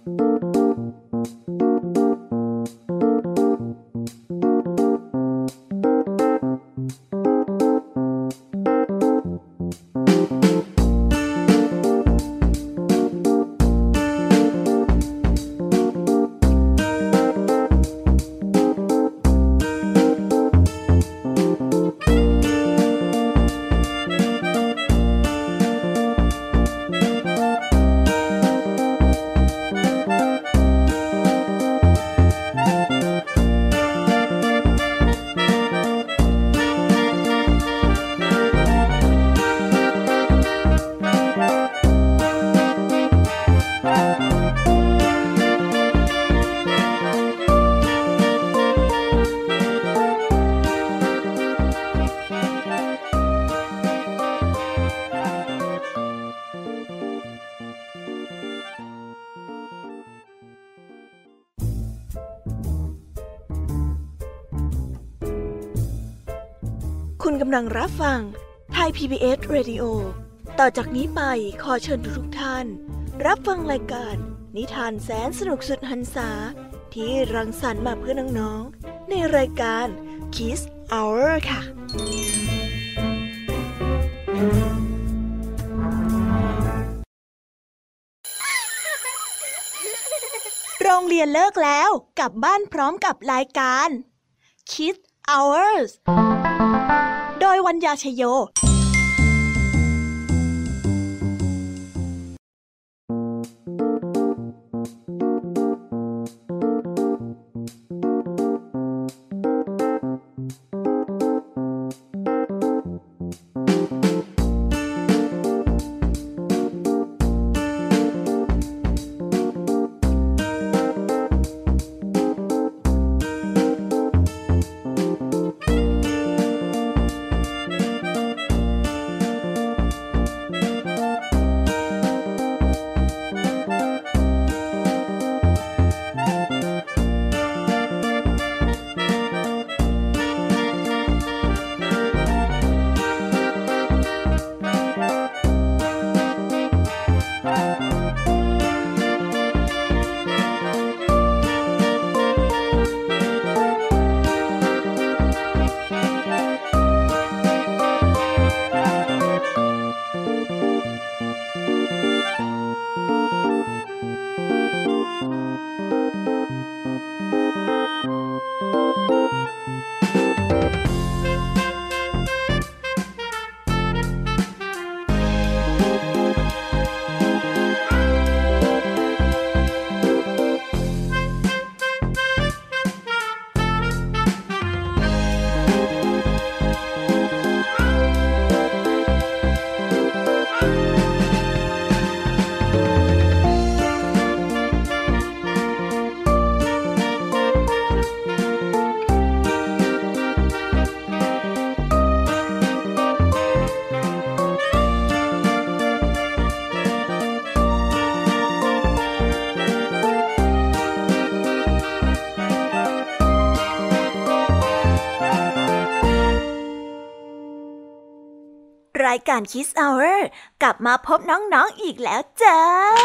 คุณกำลังรับฟังไทย PBS Radio ต่อจากนี้ไปขอเชิญทุกท่านรับฟังรายการนิทานแสนสนุกสุดหรรษาที่รังสรรค์มาเพื่อน้องๆในรายการ Kids Hour ค่ะโรงเรียนเลิกแล้วกลับบ้านพร้อมกับรายการ Kids Hoursโดยวัญญาชโยรายการ Kids Hour กลับมาพบน้องๆอีกแล้วจ้า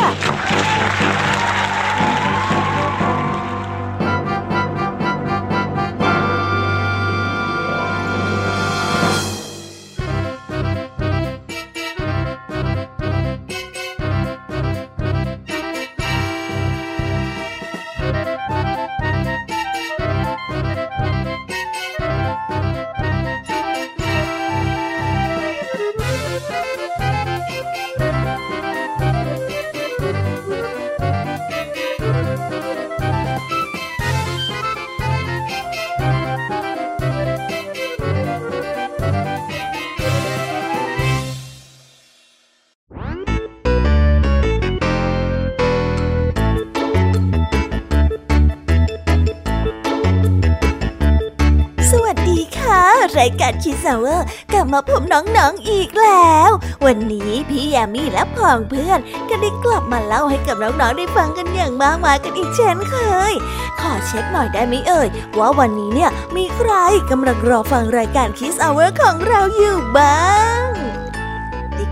รายการ Kids Hour กลับมาพบน้องๆอีกแล้ววันนี้พี่ยามีและพ้องเพื่อนก็ได้กลับมาเล่าให้กับน้องๆได้ฟังกันอย่างมากมายกันอีกเช่นเคยขอเช็คหน่อยได้ไหมเอ่ยว่าวันนี้เนี่ยมีใครกำลังรอฟังรายการ Kids Hour ของเราอยู่บ้างเ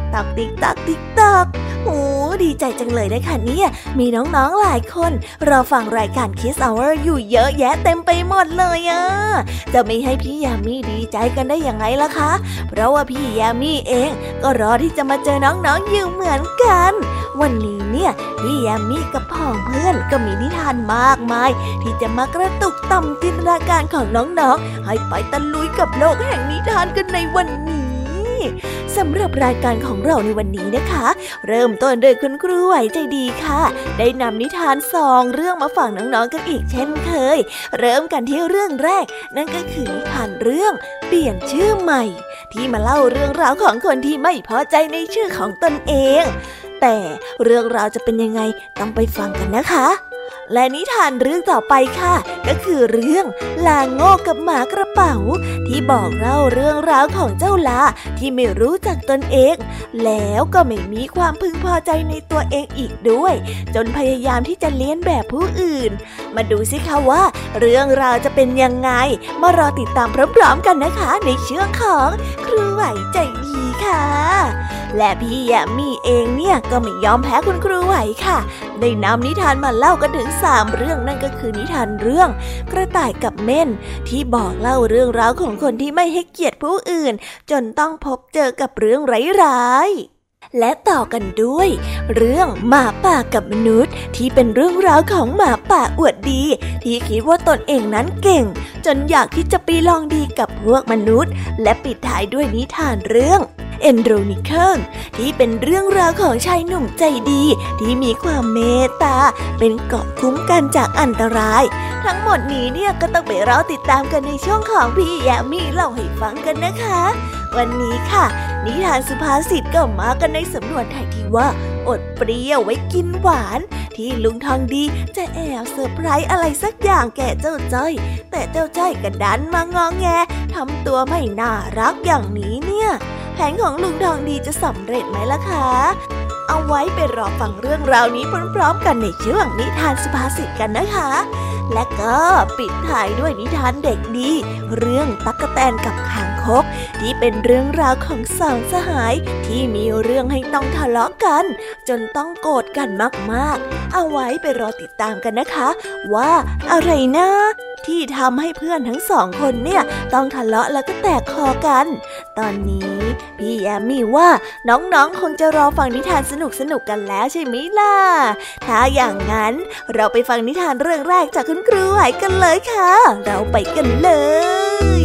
ตอกติ๊กตอกติ๊กตอกโอ้ดีใจจังเลยนะคะเนี่ยมีน้องๆหลายคนรอฟังรายการ Kids Hour อยู่เยอะแยะเต็มไปหมดเลยอ่ะจะไม่ให้พี่ยามีดีใจกันได้ยังไงล่ะคะเพราะว่าพี่ยามีเองก็รอที่จะมาเจอน้องๆอยู่เหมือนกันวันนี้เนี่ยพี่ยามีกับพ้องเพื่อนก็มีนิทานมากมายที่จะมากระตุกต่อมจินตนาการของน้องๆให้ไปตะลุยกับโลกแห่งนิทานกันในวันนี้สำหรับรายการของเราในวันนี้นะคะเริ่มต้นโดยคุณครูไหวใจดีค่ะได้นำนิทาน2เรื่องมาฝากน้องๆกันอีกเช่นเคยเริ่มกันที่เรื่องแรกนั่นก็คือนิทานเรื่องเปลี่ยนชื่อใหม่ที่มาเล่าเรื่องราวของคนที่ไม่พอใจในชื่อของตนเองแต่เรื่องราวจะเป็นยังไงต้องไปฟังกันนะคะและนิทานเรื่องต่อไปค่ะก็คือเรื่องลาโง่กับหมากระเป๋าที่บอกเล่าเรื่องราวของเจ้าลาที่ไม่รู้จักตนเองแล้วก็ไม่มีความพึงพอใจในตัวเองอีกด้วยจนพยายามที่จะเลียนแบบผู้อื่นมาดูสิคะว่าเรื่องราวจะเป็นยังไงมารอติดตามพร้อมๆกันนะคะในช่วงของครูไหวใจดีค่ะและพี่ยามีเองเนี่ยก็ไม่ยอมแพ้คุณครูไหวค่ะได้นำนิทานมาเล่ากันถึง3เรื่องนั่นก็คือนิทานเรื่องกระต่ายกับเม่นที่บอกเล่าเรื่องราวของคนที่ไม่ให้เกียรติผู้อื่นจนต้องพบเจอกับเรื่องร้ายๆและต่อกันด้วยเรื่องหมาป่ากับมนุษย์ที่เป็นเรื่องราวของหมาป่าอวดดีที่คิดว่าตนเองนั้นเก่งจนอยากที่จะไปลองดีกับพวกมนุษย์และปิดท้ายด้วยนิทานเรื่องเอนโดรนิเคิลที่เป็นเรื่องราวของชายหนุ่มใจดีที่มีความเมตตาเป็นเกราะคุ้มกันจากอันตรายทั้งหมดนี้เนี่ยก็ต้องไปรอติดตามกันในช่วงของพี่ยามีเล่าให้ฟังกันนะคะวันนี้ค่ะนิทานสุภาษิตก็มากันในสำนวนไทยที่ว่าอดเปรี้ยวไว้กินหวานที่ลุงทองดีจะแอบเซอร์ไพรส์อะไรสักอย่างแก่เจ้าจ้อยแต่เจ้าจ้อยก็ดันมางอแงทำตัวไม่น่ารักอย่างนี้เนี่ยแผนของลุงทองดีจะสำเร็จไหมล่ะคะเอาไว้ไปรอฟังเรื่องราวนี้พร้อมๆกันในช่วงนิทานสุภาษิตกันนะคะและก็ปิดท้ายด้วยนิทานเด็กดีเรื่องตั๊กแตนกับคางคกที่เป็นเรื่องราวของสองสหายที่มีเรื่องให้ต้องทะเลาะกันจนต้องโกรธกันมากๆเอาไว้ไปรอติดตามกันนะคะว่าอะไรนะที่ทำให้เพื่อนทั้งสองคนเนี่ยต้องทะเลาะแล้วก็แตกคอกันตอนนี้พี่แอมมี่ว่าน้องๆคงจะรอฟังนิทานสนุกๆกันแล้วใช่ไหมล่ะถ้าอย่างนั้นเราไปฟังนิทานเรื่องแรกจากคุณครูไหวกันเลยค่ะเราไปกันเลย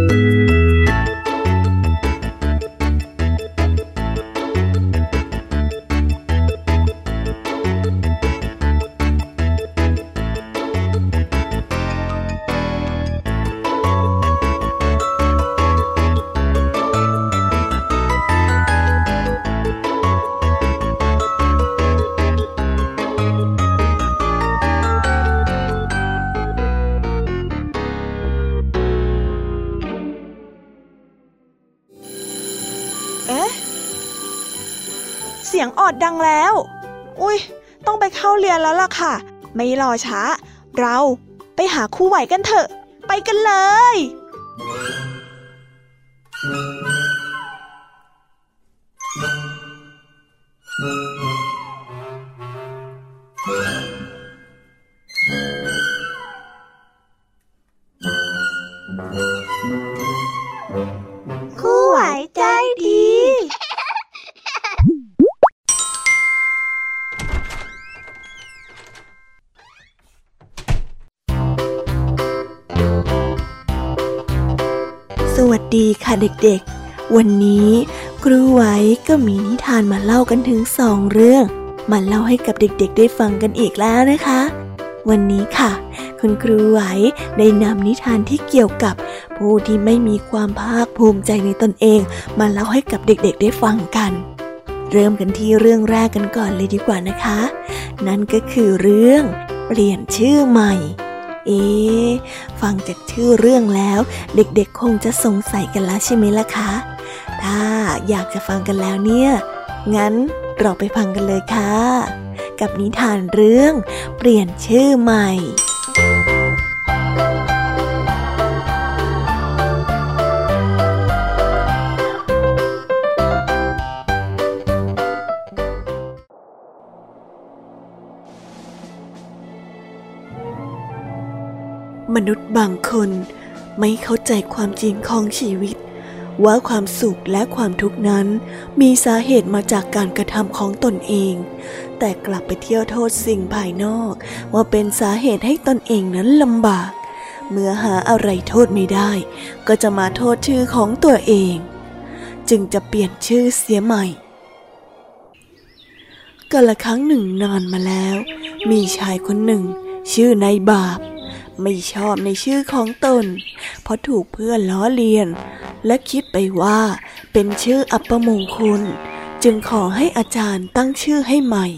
เสียงออดดังแล้วอุ๊ยต้องไปเข้าเรียนแล้วล่ะค่ะไม่รอช้าเราไปหาครูไหวกันเถอะไปกันเลยครูไหวใจดีสวัสดีค่ะเด็กๆวันนี้ครูไหวก็มีนิทานมาเล่ากันถึง2เรื่องมาเล่าให้กับเด็กๆได้ฟังกันอีกแล้วนะคะวันนี้ค่ะคุณครูไหวได้นำนิทานที่เกี่ยวกับผู้ที่ไม่มีความภาคภูมิใจในตนเองมาเล่าให้กับเด็กๆได้ฟังกันเริ่มกันที่เรื่องแรกกันก่อนเลยดีกว่านะคะนั่นก็คือเรื่องเปลี่ยนชื่อใหม่ฟังจากชื่อเรื่องแล้วเด็กๆคงจะสงสัยกันแล้วใช่ไหมล่ะคะถ้าอยากจะฟังกันแล้วเนี่ยงั้นเราไปฟังกันเลยค่ะกับนิทานเรื่องเปลี่ยนชื่อใหม่มนุษย์บางคนไม่เข้าใจความจริงของชีวิตว่าความสุขและความทุกข์นั้นมีสาเหตุมาจากการกระทำของตนเองแต่กลับไปเที่ยวโทษสิ่งภายนอกว่าเป็นสาเหตุให้ตนเองนั้นลำบากเมื่อหาอะไรโทษไม่ได้ก็จะมาโทษชื่อของตัวเองจึงจะเปลี่ยนชื่อเสียใหม่กาลครั้งหนึ่งนานมาแล้วมีชายคนหนึ่งชื่อนายบาปไม่ชอบในชื่อของตนเพราะถูกเพื่อนล้อเลียนและคิดไปว่าเป็นชื่ออัปมงคลจึงขอให้อาจารย์ตั้งชื่อให้ใหม่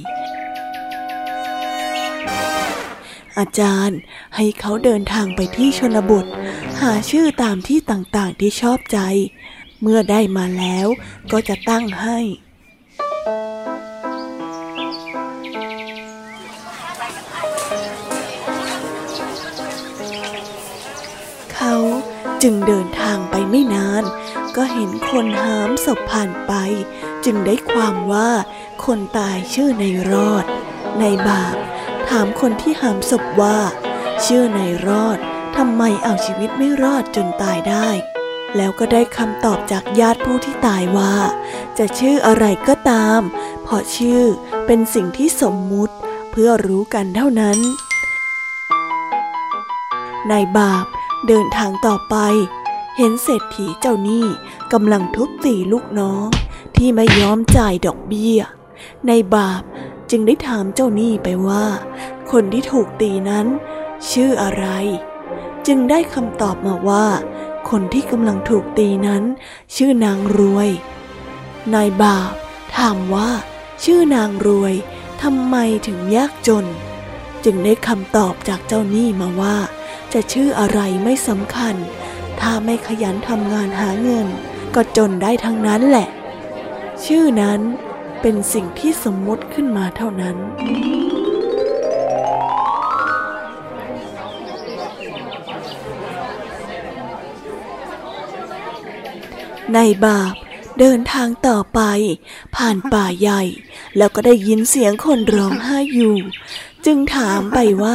อาจารย์ให้เขาเดินทางไปที่ชนบทหาชื่อตามที่ต่างๆที่ชอบใจเมื่อได้มาแล้วก็จะตั้งให้เขาจึงเดินทางไปไม่นานก็เห็นคนหามศพผ่านไปจึงได้ความว่าคนตายชื่อนายรอดนายบาปถามคนที่หามศพว่าชื่อนายรอดทำไมเอาชีวิตไม่รอดจนตายได้แล้วก็ได้คำตอบจากญาติผู้ที่ตายว่าจะชื่ออะไรก็ตามเพราะชื่อเป็นสิ่งที่สมมุติเพื่อรู้กันเท่านั้นนายบาปเดินทางต่อไปเห็นเศรษฐีเจ้าหนี้กำลังทุบตีลูกน้องที่ไม่ยอมจ่ายดอกเบี้ยนายบาปจึงได้ถามเจ้าหนี้ไปว่าคนที่ถูกตีนั้นชื่ออะไรจึงได้คำตอบมาว่าคนที่กำลังถูกตีนั้นชื่อนางรวยนายบาปถามว่าชื่อนางรวยทำไมถึงยากจนจึงได้คำตอบจากเจ้าหนี้มาว่าจะชื่ออะไรไม่สำคัญถ้าไม่ขยันทำงานหาเงินก็จนได้ทั้งนั้นแหละชื่อนั้นเป็นสิ่งที่สมมติขึ้นมาเท่านั้นนายบาปเดินทางต่อไปผ่านป่าใหญ่แล้วก็ได้ยินเสียงคนร้องไห้อยู่จึงถามไปว่า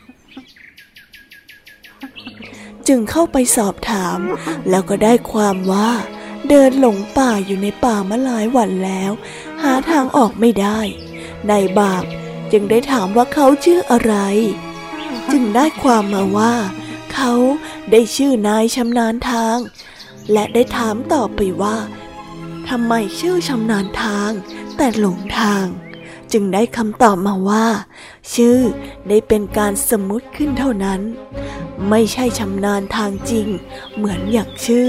จึงเข้าไปสอบถามแล้วก็ได้ความว่าเดินหลงป่าอยู่ในป่ามาหลายวันแล้วหาทางออกไม่ได้นายบาปจึงได้ถามว่าเขาชื่ออะไรจึงได้ความมาว่าเขาได้ชื่อนายชำนาญทางและได้ถามต่อไปว่าทำไมชื่อชำนาญทางแต่หลงทางจึงได้คำตอบมาว่าชื่อได้เป็นการสมมุติขึ้นเท่านั้นไม่ใช่ชำนาญทางจริงเหมือนอย่างชื่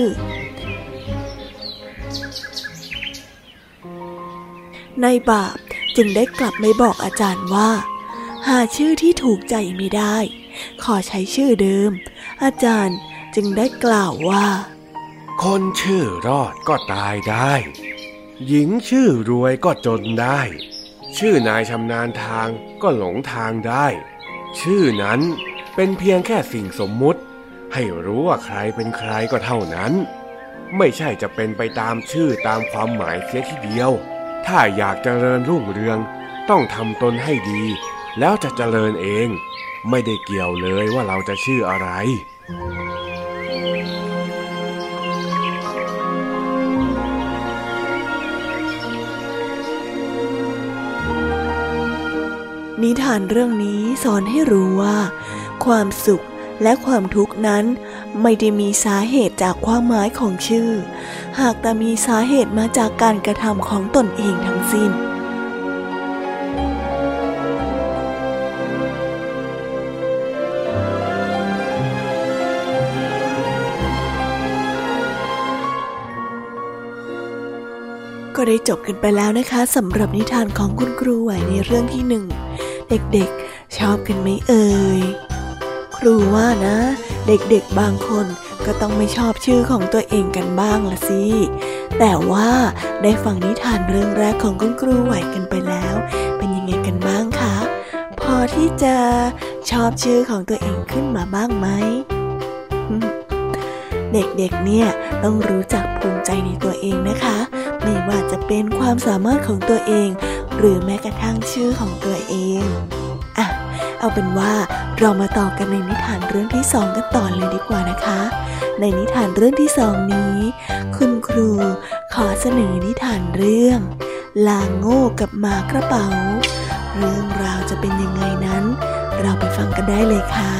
อนายบาปจึงได้กลับไปบอกอาจารย์ว่าหาชื่อที่ถูกใจไม่ได้ขอใช้ชื่อเดิมอาจารย์จึงได้กล่าวว่าคนชื่อรอดก็ตายได้หญิงชื่อรวยก็จนได้ชื่อนายชำนาญทางก็หลงทางได้ชื่อนั้นเป็นเพียงแค่สิ่งสมมุติให้รู้ว่าใครเป็นใครก็เท่านั้นไม่ใช่จะเป็นไปตามชื่อตามความหมายเสียทีเดียวถ้าอยากเจริญรุ่งเรืองต้องทำตนให้ดีแล้วจะเจริญเองไม่ได้เกี่ยวเลยว่าเราจะชื่ออะไรนิทานเรื่องนี้สอนให้รู้ว่าความสุขและความทุกข์นั้นไม่ได้มีสาเหตุจากความหมายของชื่อหากแต่มีสาเหตุมาจากการกระทำของตนเองทั้งสิ้นก็ได้จบกันไปแล้วนะคะสำหรับนิทานของคุณครูไหวในเรื่องที่ 1เด็กๆชอบกันไหมเอ่ยครูว่านะเด็กๆบางคนก็ต้องไม่ชอบชื่อของตัวเองกันบ้างละสิแต่ว่าได้ฟังนิทานเรื่องแรกของคุณครูไหวกันไปแล้วเป็นยังไงกันบ้างคะพอที่จะชอบชื่อของตัวเองขึ้นมาบ้างไหม เด็กๆเนี่ยต้องรู้จักภูมิใจในตัวเองนะคะไม่ว่าจะเป็นความสามารถของตัวเองหรือแม้กระทั่งชื่อของตัวเองเอาเป็นว่าเรามาต่อกันในนิทานเรื่องที่2กันต่อเลยดีกว่านะคะในนิทานเรื่องที่2นี้คุณครูขอเสนอนิทานเรื่องลาโง่กับหมากระเป๋าเรื่องราวจะเป็นยังไงนั้นเราไปฟังกันได้เลยค่ะ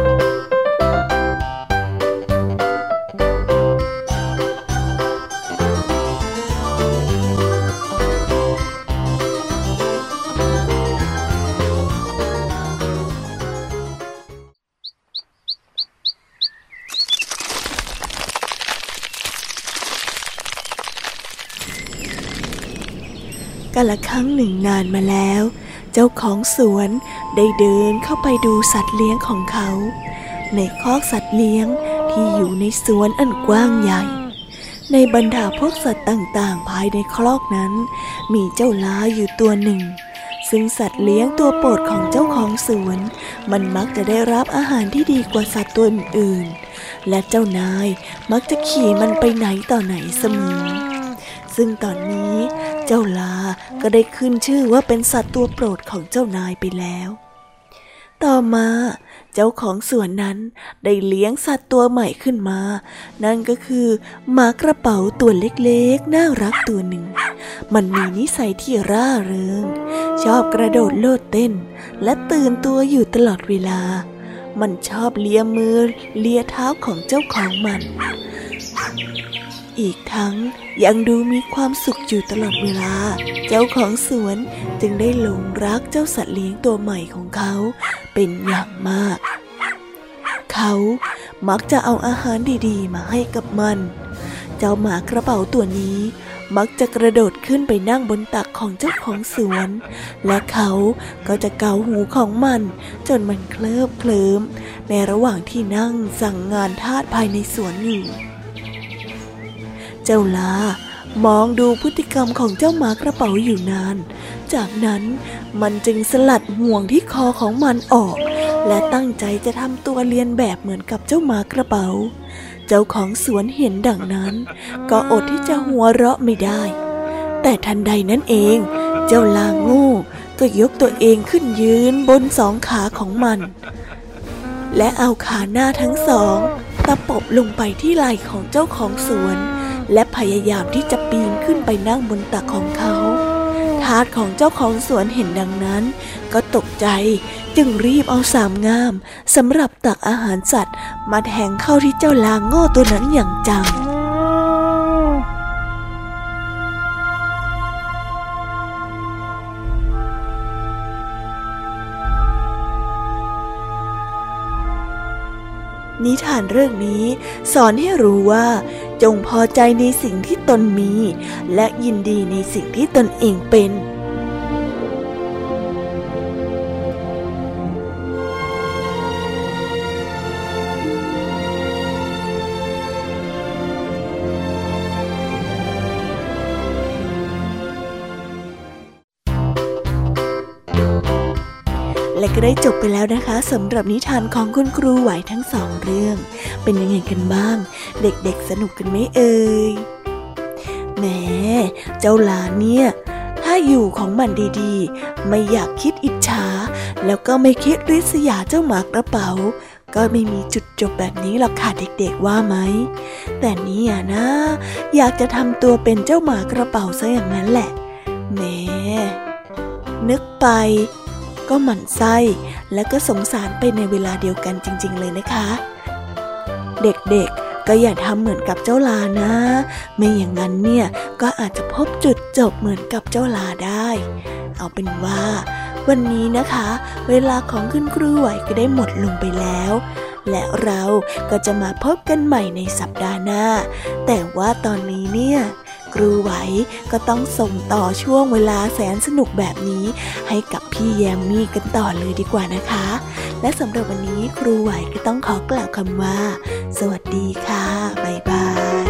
กาลครั้งหนึ่งนานมาแล้วเจ้าของสวนได้เดินเข้าไปดูสัตว์เลี้ยงของเขาในคอกสัตว์เลี้ยงที่อยู่ในสวนอันกว้างใหญ่ในบรรดาพวกสัตว์ต่างๆภายในคอกนั้นมีเจ้าล้าอยู่ตัวหนึ่งซึ่งสัตว์เลี้ยงตัวโปรดของเจ้าของสวนมันมักจะได้รับอาหารที่ดีกว่าสัตว์ตัวอื่นๆและเจ้านายมักจะขี่มันไปไหนต่อไหนเสมอซึ่งตอนนี้เจ้าลาก็ได้ขึ้นชื่อว่าเป็นสัตว์ตัวโปรดของเจ้านายไปแล้วต่อมาเจ้าของสวนนั้นได้เลี้ยงสัตว์ตัวใหม่ขึ้นมานั่นก็คือหมากระเป๋าตัวเล็กๆน่ารักตัวหนึ่งมันมีนิสัยที่ร่าเริงชอบกระโดดโลดเต้นและตื่นตัวอยู่ตลอดเวลามันชอบเลียมือเลียเท้าของเจ้าของมันอีกทั้งยังดูมีความสุขอยู่ตลอดเวลาเจ้าของสวนจึงได้หลงรักเจ้าสัตว์เลี้ยงตัวใหม่ของเขาเป็นอย่างมากเขามักจะเอาอาหารดีๆมาให้กับมันเจ้าหมากระเป๋าตัวนี้มักจะกระโดดขึ้นไปนั่งบนตักของเจ้าของสวนและเขาก็จะเกาหูของมันจนมันเคลิ้มเคลิ้มในระหว่างที่นั่งสั่งงานทาสภายในสวนอยู่เจ้าลามองดูพฤติกรรมของเจ้าหมากระเป๋าอยู่นานจากนั้นมันจึงสลัดห่วงที่คอของมันออกและตั้งใจจะทำตัวเลียนแบบเหมือนกับเจ้าหมากระเป๋าเจ้าของสวนเห็นดังนั้นก็อดที่จะหัวเราะไม่ได้แต่ทันใดนั้นเองเจ้าลาโง่ก็ยกตัวเองขึ้นยืนบนสองขาของมันและเอาขาหน้าทั้งสองตะปบลงไปที่ไหล่ของเจ้าของสวนและพยายามที่จะปีนขึ้นไปนั่งบนตักของเขาทาสของเจ้าของสวนเห็นดังนั้นก็ตกใจจึงรีบเอาสามง่ามสำหรับตักอาหารสัตว์มาแทงเข้าที่เจ้าลาโง่ตัวนั้นอย่างจังนิทานเรื่องนี้สอนให้รู้ว่าจงพอใจในสิ่งที่ตนมีและยินดีในสิ่งที่ตนเองเป็น และก็ได้จบไปแล้วนะคะสำหรับนิทานของคุณครูไหวทั้งสองเรื่องเป็นยังไงกันบ้างเด็กๆสนุกกันไหมเอ่ยแหมเจ้าหลานเนี่ยถ้าอยู่ของมันดีๆไม่อยากคิดอิจฉาแล้วก็ไม่คิดริษยาเจ้าหมากระเป๋าก็ไม่มีจุดจบแบบนี้หรอกค่ะเด็กๆว่าไหมแต่เนี่ยนะอยากจะทำตัวเป็นเจ้าหมากระเป๋าซะอย่างนั้นแหละแหมนึกไปก็หมั่นไส้และก็สงสารไปในเวลาเดียวกันจริงๆเลยนะคะเด็กๆก็อย่าทำเหมือนกับเจ้าลานะไม่อย่างนั้นเนี่ยก็อาจจะพบจุดจบเหมือนกับเจ้าลาได้เอาเป็นว่าวันนี้นะคะเวลาของคุณครูไหวก็ได้หมดลงไปแล้วและเราก็จะมาพบกันใหม่ในสัปดาห์หน้าแต่ว่าตอนนี้เนี่ยครูไหวก็ต้องส่งต่อช่วงเวลาแสนสนุกแบบนี้ให้กับพี่แยมมี่กันต่อเลยดีกว่านะคะและสำหรับวันนี้ครูไหวก็ต้องขอกล่าวคำว่าสวัสดีค่ะบ๊ายบาย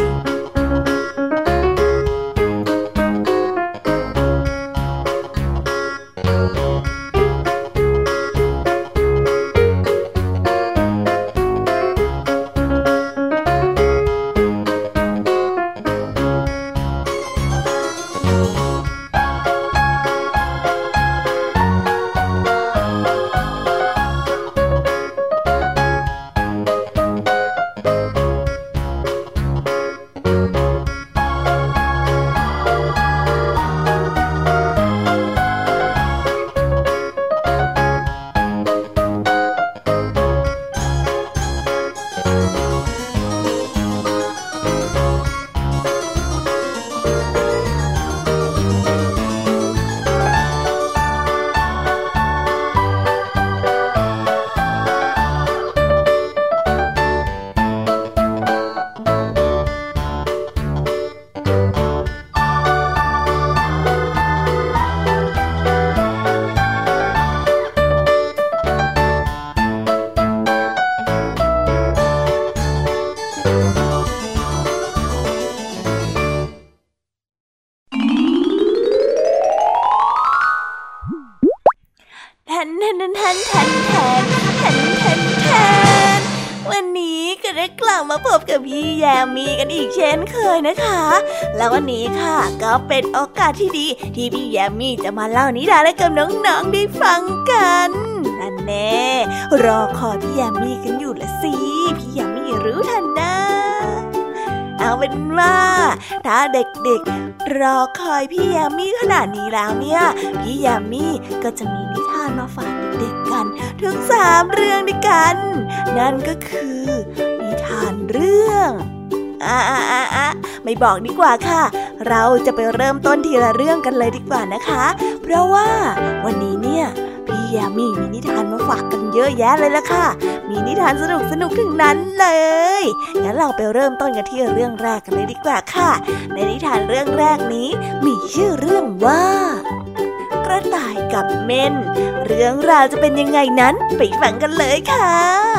วันนี้ก็ได้กลับมาพบกับพี่แยมมี่กันอีกเช่นเคยนะคะแล้ววันนี้ค่ะก็เป็นโอกาสที่ดีที่พี่แยมมี่จะมาเล่านิทานให้กับน้องๆได้ฟังกันนั่นแน่รอคอยพี่แยมมี่กันอยู่ละสิพี่แยมมี่รู้ทันนะเอาเป็นว่าถ้าเด็กๆรอคอยพี่แยมมี่ขนาดนี้แล้วเนี่ยพี่แยมมี่ก็จะมีนิทานมาฝากเด็กๆกันถึง3เรื่องด้วยกันนั่นก็คือนิทานเรื่องไม่บอกดีกว่าค่ะเราจะไปเริ่มต้นทีละเรื่องกันเลยดีกว่านะคะเพราะว่าวันนี้เนี่ยพี่แยมมี่มีนิทานมาฝากกันเยอะแยะเลยล่ะค่ะมีนิทานสนุกถึงนั้นเลยงั้นเราไปเริ่มต้นกันที่เรื่องแรกกันเลยดีกว่าค่ะในนิทานเรื่องแรกนี้มีชื่อเรื่องว่ากระต่ายกับเม่นเรื่องราวจะเป็นยังไงนั้นไปฟังกันเลยค่ะ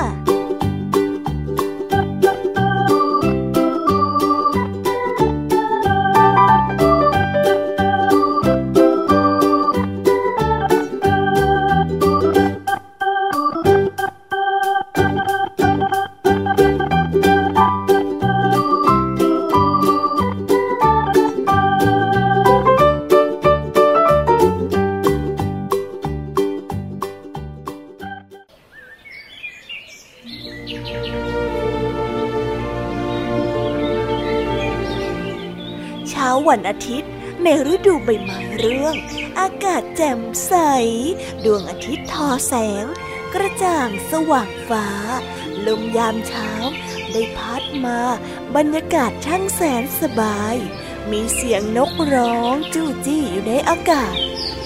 วันอาทิตย์ในฤดูใบไม้ร่วงอากาศแจ่มใสดวงอาทิตย์ทอแสงกระจ่างสว่างฟ้าลมยามเช้าได้พัดมาบรรยากาศช่างแสนสบายมีเสียงนกร้องจู้จี้อยู่ในอากาศ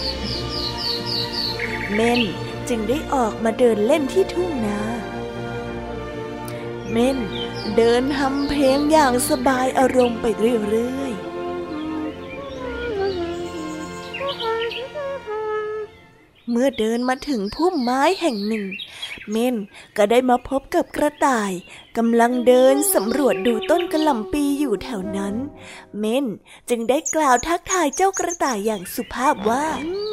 เม่นจึงได้ออกมาเดินเล่นที่ทุ่งนาเม่นเดินฮัมเพลงอย่างสบายอารมณ์ไปเรื่อยๆเมื่อเดินมาถึงพุ่มไม้แห่งหนึ่งเม่นก็ได้มาพบกับกระต่ายกำลังเดินสำรวจดูต้นกะหล่ำปีอยู่แถวนั้นเม่นจึงได้กล่าวทักทายเจ้ากระต่ายอย่างสุภาพว่า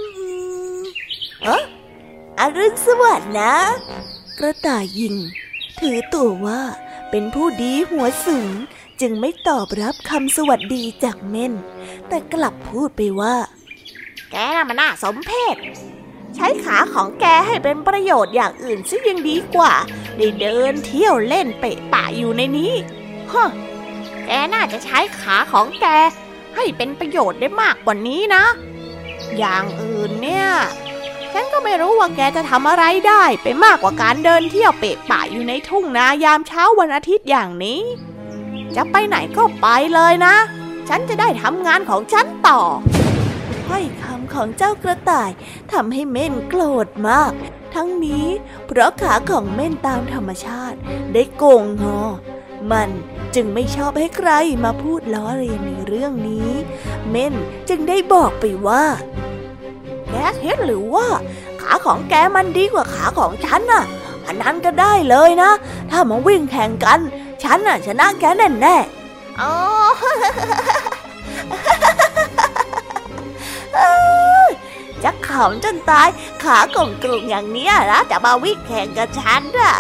อรุณสวัสดิ์นะกระต่ายหญิงถือตัวว่าเป็นผู้ดีหัวสูงจึงไม่ตอบรับคำสวัสดีจากเม่นแต่กลับพูดไปว่าแกน่ะมันน่าสมเพชใช้ขาของแกให้เป็นประโยชน์อย่างอื่นซิยังดีกว่าได้เดินเที่ยวเล่นเปะปะอยู่ในนี้แกน่าจะใช้ขาของแกให้เป็นประโยชน์ได้มากกว่านี้นะอย่างอื่นเนี่ยฉันก็ไม่รู้ว่าแกจะทำอะไรได้ไปมากกว่าการเดินเที่ยวเปะปะอยู่ในทุ่งนายามเช้าวันอาทิตย์อย่างนี้จะไปไหนก็ไปเลยนะฉันจะได้ทำงานของฉันต่อถ้อยคำของเจ้ากระต่ายทำให้เม่นโกรธมากทั้งนี้เพราะขาของเม่นตามธรรมชาติได้โก่งงอมันจึงไม่ชอบให้ใครมาพูดล้อเลียนในเรื่องนี้เม่นจึงได้บอกไปว่าแกคิดหรือว่าขาของแกมันดีกว่าขาของฉันน่ะอันนั้นก็ได้เลยนะถ้ามาวิ่งแข่งกันฉันน่ะชนะแกแน่ๆอ๋อ จะขำจนตายขากลมกลุ่มอย่างนี้นะจะมาวิ่งแข่งกับฉันน่ะ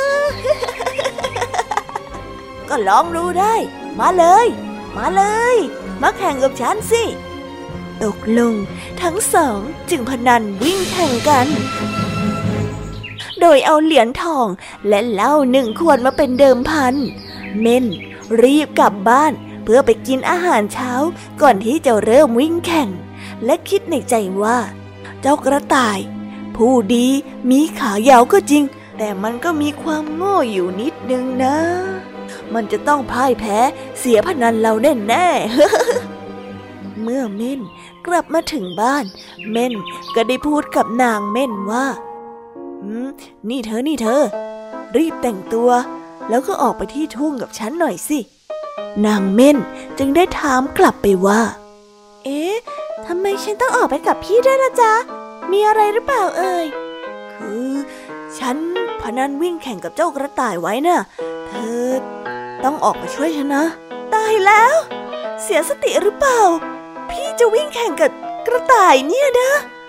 ก็ลองดูได้มาเลยมาแข่งกับฉันสิตกลงทั้งสองจึงพนันวิ่งแข่งกันโดยเอาเหรียญทองและเหล้า1 ขวดมาเป็นเดิมพันเม่นรีบกลับบ้านเพื่อไปกินอาหารเช้าก่อนที่จะเริ่มวิ่งแข่งและคิดในใจว่าเจ้ากระต่ายผู้ดีมีขายาวก็จริงแต่มันก็มีความโง่อยู่นิดนึงนะมันจะต้องพ่ายแพ้เสียพนันเราแน่ๆ เมื่อเม่นกลับมาถึงบ้านเม่นก็ได้พูดกับนางเม่นว่านี่เธอรีบแต่งตัวแล้วก็ออกไปที่ทุ่งกับฉันหน่อยสินางเม่นจึงได้ถามกลับไปว่าทำไมฉันต้องออกไปกับพี่ด้วยล่ะจ๊ะมีอะไรหรือเปล่าเอ่ยคือฉันพนันวิ่งแข่งกับเจ้ากระต่ายไว้น่ะเธอต้องออกมาช่วยฉันนะตายแล้วเสียสติหรือเปล่าพี่จะวิ่งแข่งกับกระต่ายเนี่ยนะ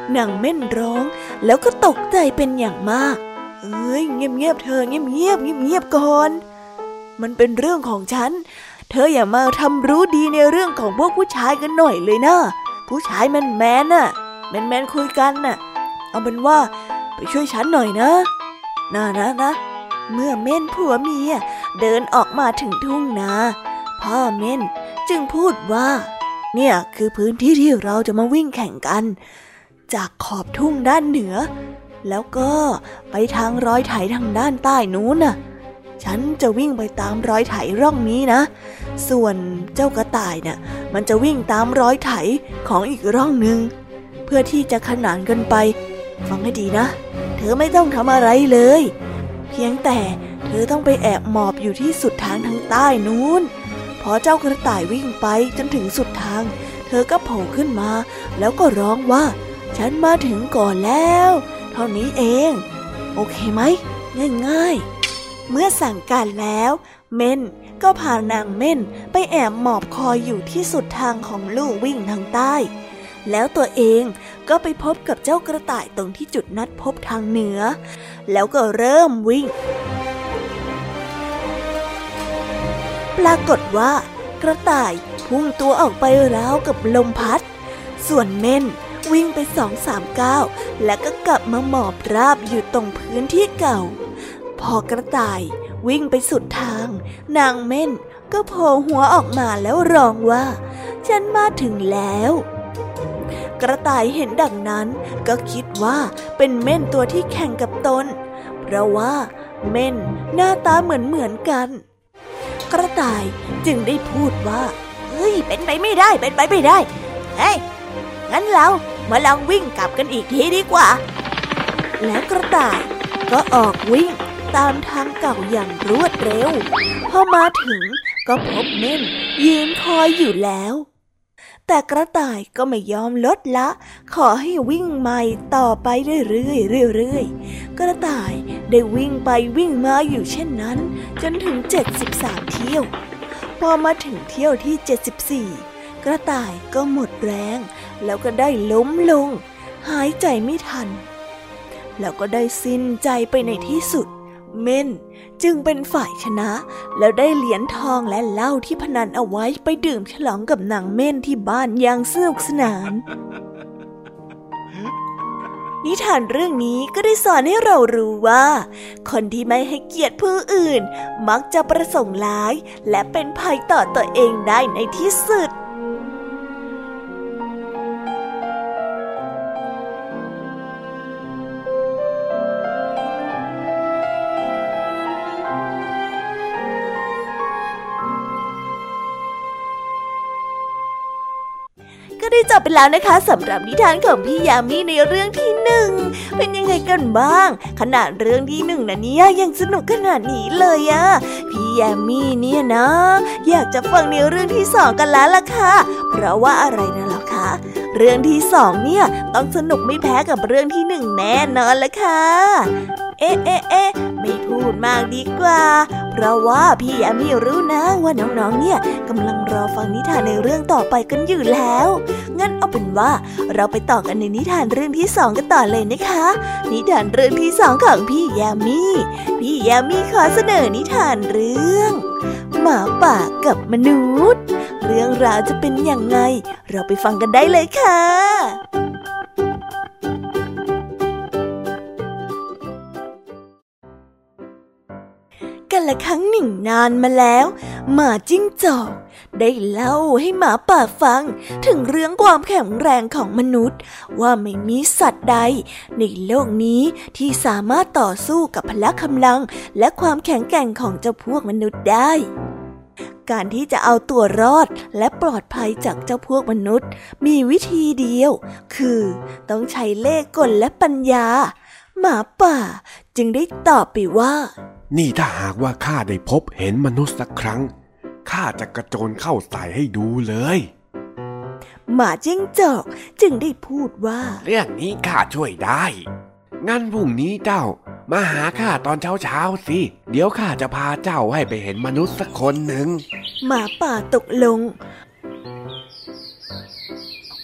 นางเม่นร้องแล้วก็ตกใจเป็นอย่างมากเอ้ยเงียบๆเธอเงียบก่อนมันเป็นเรื่องของฉันเธออย่ามาทำรู้ดีในเรื่องของพวกผู้ชายกันหน่อยเลยนะผู้ชายแมนน่ะแมนคุยกันน่ะเอาเป็นว่าไปช่วยฉันหน่อยนะนะเมื่อเม่นผัวเมียเดินออกมาถึงทุ่งนาพ่อเม่นจึงพูดว่าเนี่ยคือพื้นที่ที่เราจะมาวิ่งแข่งกันจากขอบทุ่งด้านเหนือแล้วก็ไปทางรอยไถทางด้านใต้นู้นน่ะฉันจะวิ่งไปตามรอยไถร่องนี้นะส่วนเจ้ากระต่ายน่ะมันจะวิ่งตามรอยไถของอีกร่องนึงเพื่อที่จะขนานกันไปฟังให้ดีนะเธอไม่ต้องทำอะไรเลยเพียงแต่เธอต้องไปแอบหมอบอยู่ที่สุดทางใต้นู้นพอเจ้ากระต่ายวิ่งไปจนถึงสุดทางเธอก็โผล่ขึ้นมาแล้วก็ร้องว่าฉันมาถึงก่อนแล้วเท่านี้เองโอเคไหมง่ายๆเมื่อสั่งการแล้วเม่นก็พานางเม่นไปแอบหมอบคอยอยู่ที่สุดทางของลู่วิ่งทางใต้แล้วตัวเองก็ไปพบกับเจ้ากระต่ายตรงที่จุดนัดพบทางเหนือแล้วก็เริ่มวิ่งปรากฏว่ากระต่ายพุ่งตัวออกไปราวกับลมพัดส่วนเม่นวิ่งไป 2-3 ก้าวแล้วก็กลับมาหมอบราบอยู่ตรงพื้นที่เก่าพอกระต่ายวิ่งไปสุดทางนางเม่นก็โผล่หัวออกมาแล้วร้องว่าฉันมาถึงแล้วกระต่ายเห็นดังนั้นก็คิดว่าเป็นเม่นตัวที่แข่งกับตนเพราะว่าเม่นหน้าตาเหมือนกันกระต่ายจึงได้พูดว่าเฮ้ยเป็นไปไม่ได้เฮ้ยงั้นเรามาลองวิ่งกลับกันอีกทีดีกว่าแล้วกระต่ายก็ออกวิ่งตามทางเก่าอย่างรวดเร็วพอมาถึงก็พบเม่นยืนคอยอยู่แล้วแต่กระต่ายก็ไม่ยอมลดละขอให้วิ่งใหม่ต่อไปเรื่อยๆกระต่ายได้วิ่งไปวิ่งมาอยู่เช่นนั้นจนถึง73เที่ยวพอมาถึงเที่ยวที่74กระต่ายก็หมดแรงแล้วก็ได้ล้มลงหายใจไม่ทันแล้วก็ได้สิ้นใจไปในที่สุดเม่นจึงเป็นฝ่ายชนะแล้วได้เหรียญทองและเหล้าที่พนันเอาไว้ไปดื่มฉลองกับนางเม่นที่บ้านอย่างสนุกสนานนิทานเรื่องนี้ก็ได้สอนให้เรารู้ว่าคนที่ไม่ให้เกียรติผู้อื่นมักจะประสงค์ร้ายและเป็นภัยต่อตัวเองได้ในที่สุดได้จบไปแล้วนะคะสำหรับนิทานของพี่ยามีในเรื่องที่1เป็นยังไงกันบ้างขนาดเรื่องที่1นะเนี่ยยังสนุกขนาดนี้เลยอะพี่ยามีเนี่ยนะอยากจะฟังในเรื่องที่2กันแล้วล่ะค่ะเพราะว่าอะไรนะล่ะคะเรื่องที่2เนี่ยต้องสนุกไม่แพ้กับเรื่องที่1แน่นอนละค่ะเอ๊ะไม่พูดมากดีกว่าเพราะว่าพี่ยามีรู้นะว่าน้องๆเนี่ยกำลังรอฟังนิทานในเรื่องต่อไปกันอยู่แล้วงั้นเอาเป็นว่าเราไปต่อกันในนิทานเรื่องที่2กันต่อเลยนะคะนิทานเรื่องที่2ของพี่ยามีขอเสนอนิทานเรื่องหมาป่ากับมนุษย์เรื่องราวจะเป็นยังไงเราไปฟังกันได้เลยค่ะกันละครั้งหนึ่งนานมาแล้วหมาจิ้งจอกได้เล่าให้หมาป่าฟังถึงเรื่องความแข็งแรงของมนุษย์ว่าไม่มีสัตว์ใดในโลกนี้ที่สามารถต่อสู้กับพละกำลังและความแข็งแกร่งของเจ้าพวกมนุษย์ได้การที่จะเอาตัวรอดและปลอดภัยจากเจ้าพวกมนุษย์มีวิธีเดียวคือต้องใช้เล่ห์กลและปัญญาหมาป่าจึงได้ตอบไปว่านี่ถ้าหากว่าข้าได้พบเห็นมนุษย์สักครั้งข้าจะกระโจนเข้าใส่ให้ดูเลยหมาจิ้งจอกจึงได้พูดว่าเรื่องนี้ข้าช่วยได้งั้นพรุ่งนี้เจ้ามาหาข้าตอนเช้าสิเดี๋ยวข้าจะพาเจ้าให้ไปเห็นมนุษย์สักคนหนึ่งหมาป่าตกลง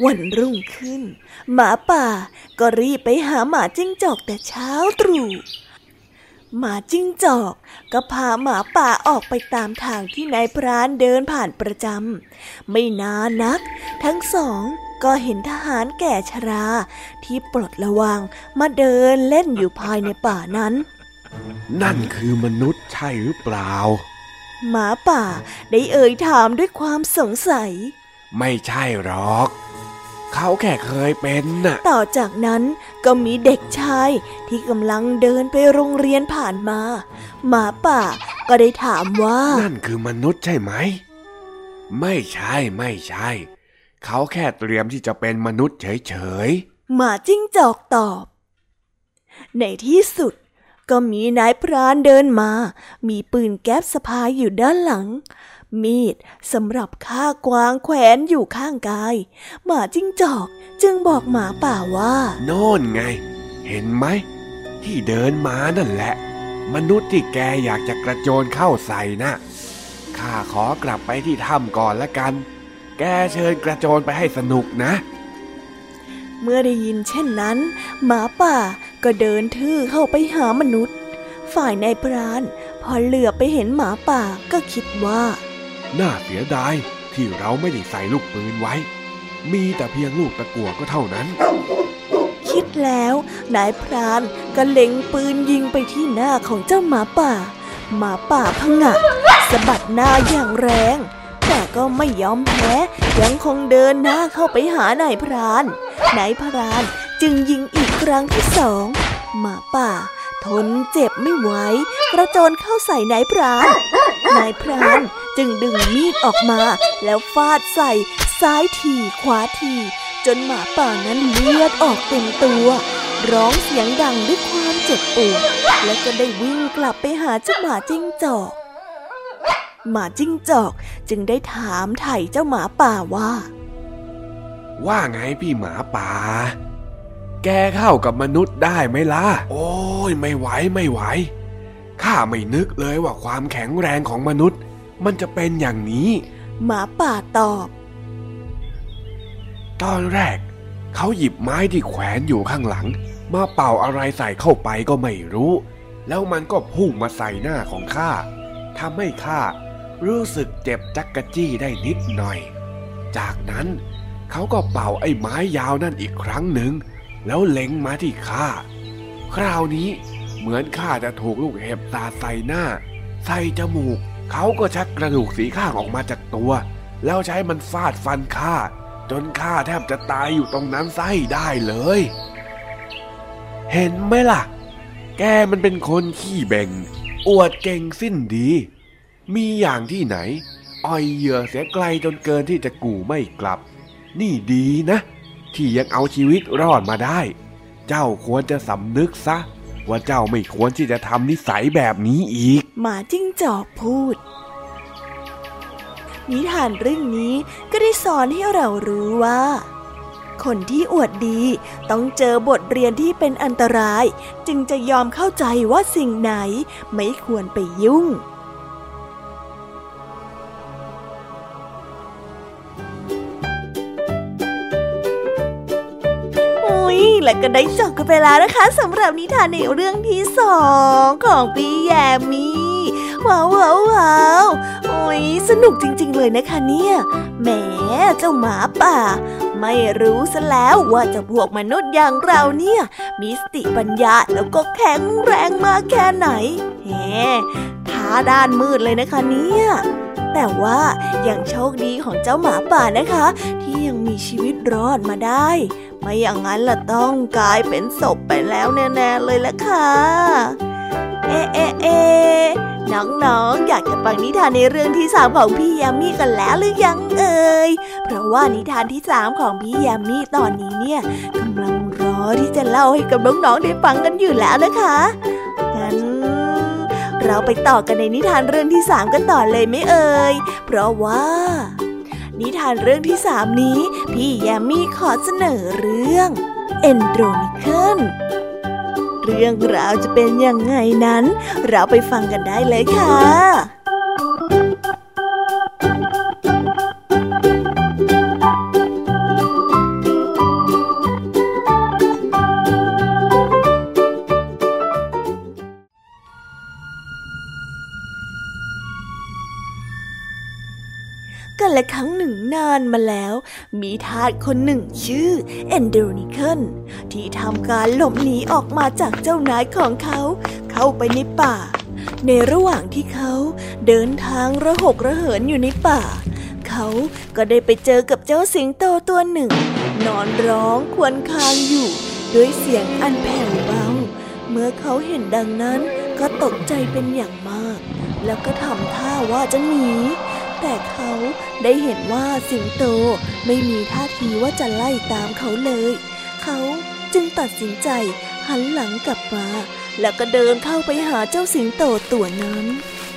วันรุ่งขึ้นหมาป่าก็รีบไปหาหมาจิ้งจอกแต่เช้าตรู่หมาจิ้งจอกก็พาหมาป่าออกไปตามทางที่นายพรานเดินผ่านประจำไม่นานนักทั้งสองก็เห็นทหารแก่ชราที่ปลดระวางมาเดินเล่นอยู่ภายในป่านั้นนั่นคือมนุษย์ใช่หรือเปล่าหมาป่าได้เอ่ยถามด้วยความสงสัยไม่ใช่หรอกเขาแค่เคยเป็นน่ะต่อจากนั้นก็มีเด็กชายที่กำลังเดินไปโรงเรียนผ่านมาหมาป่าก็ได้ถามว่านั่นคือมนุษย์ใช่ไหมไม่ใช่เขาแค่เตรียมที่จะเป็นมนุษย์เฉยๆหมาจิ้งจอกตอบในที่สุดก็มีนายพรานเดินมามีปืนแก๊ปสะพายอยู่ด้านหลังมีดสำหรับฆ่ากวางแขวนอยู่ข้างกายหมาจิ้งจอกจึงบอกหมาป่าว่าโน่นไงเห็นไหมที่เดินมานั่นแหละมนุษย์ที่แกอยากจะกระโจนเข้าใส่นะข้าขอกลับไปที่ถ้ำก่อนละกันแกเชิญกระโจนไปให้สนุกนะเมื่อได้ยินเช่นนั้นหมาป่าก็เดินทื่อเข้าไปหามนุษย์ฝ่ายนายพรานพอเหลือบไปเห็นหมาป่าก็คิดว่าน่าเสียดายที่เราไม่ได้ใส่ลูกปืนไว้มีแต่เพียงลูกตะกั่วก็เท่านั้นคิดแล้วนายพรานก็เล็งปืนยิงไปที่หน้าของเจ้าหมาป่าหมาป่าผงะสะบัดหน้าอย่างแรงแต่ก็ไม่ยอมแพ้ยังคงเดินหน้าเข้าไปหานายพรานจึงยิงอีกครั้งที่สองหมาป่าทนเจ็บไม่ไหวกระโจนเข้าใส่นายพรานจึงดึงมีดออกมาแล้วฟาดใส่ซ้ายทีขวาทีจนหมาป่านั้นเลือดออกเต็มตัวร้องเสียงดังด้วยความเจ็บปวดแล้วก็ได้วิ่งกลับไปหาเจ้าหมาจิ้งจอกหมาจิ้งจอกจึงได้ถามไถ่เจ้าหมาป่าว่าไงพี่หมาป่าแกเข้ากับมนุษย์ได้ไหมล่ะโอ้ยไม่ไหวข้าไม่นึกเลยว่าความแข็งแรงของมนุษย์มันจะเป็นอย่างนี้หมาป่าตอบตอนแรกเขาหยิบไม้ที่แขวนอยู่ข้างหลังมาเป่าอะไรใส่เข้าไปก็ไม่รู้แล้วมันก็พุ่งมาใส่หน้าของข้าทำให้ข้ารู้สึกเจ็บจักกะจี้ได้นิดหน่อยจากนั้นเขาก็เป่าไอ้ไม้ยาวนั่นอีกครั้งหนึ่งแล้วเล็งมาที่ข้าคราวนี้เหมือนข้าจะถูกลูกเห็บสาดใส่หน้าใส่จมูกเขาก็ชักกระดูกสีข้างออกมาจากตัวแล้วใช้มันฟาดฟันข้าจนข้าแทบจะตายอยู่ตรงนั้นซะให้ได้เลยเห็นไหมล่ะแกมันเป็นคนขี้แบ่งอวดเก่งสิ้นดีมีอย่างที่ไหนอ่อยเหยื่อเสียไกลจนเกินที่จะกู่ไม่กลับนี่ดีนะที่ยังเอาชีวิตรอดมาได้เจ้าควรจะสำนึกซะว่าเจ้าไม่ควรที่จะทำนิสัยแบบนี้อีกหมาจิ้งจอกพูดนิทานเรื่องนี้ก็ได้สอนให้เรารู้ว่าคนที่อวดดีต้องเจอบทเรียนที่เป็นอันตรายจึงจะยอมเข้าใจว่าสิ่งไหนไม่ควรไปยุ่งและก็ได้จบกันไปแล้วนะคะสำหรับนิทานในเรื่องที่2ของพี่แยมมี่ว้าวโอ้ยสนุกจริงๆเลยนะคะเนี่ยแหมเจ้าหมาป่าไม่รู้ซะแล้วว่าเจ้าพวกมนุษย์อย่างเราเนี่ยมีสติปัญญาแล้วก็แข็งแรงมากแค่ไหนท้าด้านมืดเลยนะคะเนี่ยแต่ว่ายังโชคดีของเจ้าหมาป่านะคะที่ยังมีชีวิตรอดมาได้ไม่อย่างนั้นล่ะต้องกลายเป็นศพไปแล้วแน่ๆเลยล่ะค่ะน้องๆอยากจะฟังนิทานในเรื่องที่3ของพี่ยามีกันแล้วหรือยังเอ่ยเพราะว่านิทานที่3ของพี่ยามีตอนนี้เนี่ยกำลังรอที่จะเล่าให้กับน้องๆได้ฟังกันอยู่แล้วนะคะงั้นเราไปต่อกันในนิทานเรื่องที่3กันต่อเลยไหมเอ่ยเพราะว่านิทานเรื่องที่3นี้พี่แยมมี่ขอเสนอเรื่องเอนโดรนิเคิลเรื่องราวจะเป็นยังไงนั้นเราไปฟังกันได้เลยค่ะกันละครั้งหนึ่งนานมาแล้วมีทาสคนหนึ่งชื่อแอนโดนิเคิลที่ทำการหลบหนีออกมาจากเจ้านายของเขาเข้าไปในป่าในระหว่างที่เขาเดินทางระหกระเหินอยู่ในป่าเขาก็ได้ไปเจอกับเจ้าสิงโตตัวหนึ่งนอนร้องครวญครางอยู่ด้วยเสียงอันแผ่วเบาเมื่อเขาเห็นดังนั้นก็ตกใจเป็นอย่างมากแล้วก็ทำท่าว่าจะหนีแต่เขาได้เห็นว่าสิงโตไม่มีท่าทีว่าจะไล่ตามเขาเลยเขาจึงตัดสินใจหันหลังกลับมาแล้วก็เดินเข้าไปหาเจ้าสิงโตตัวนั้น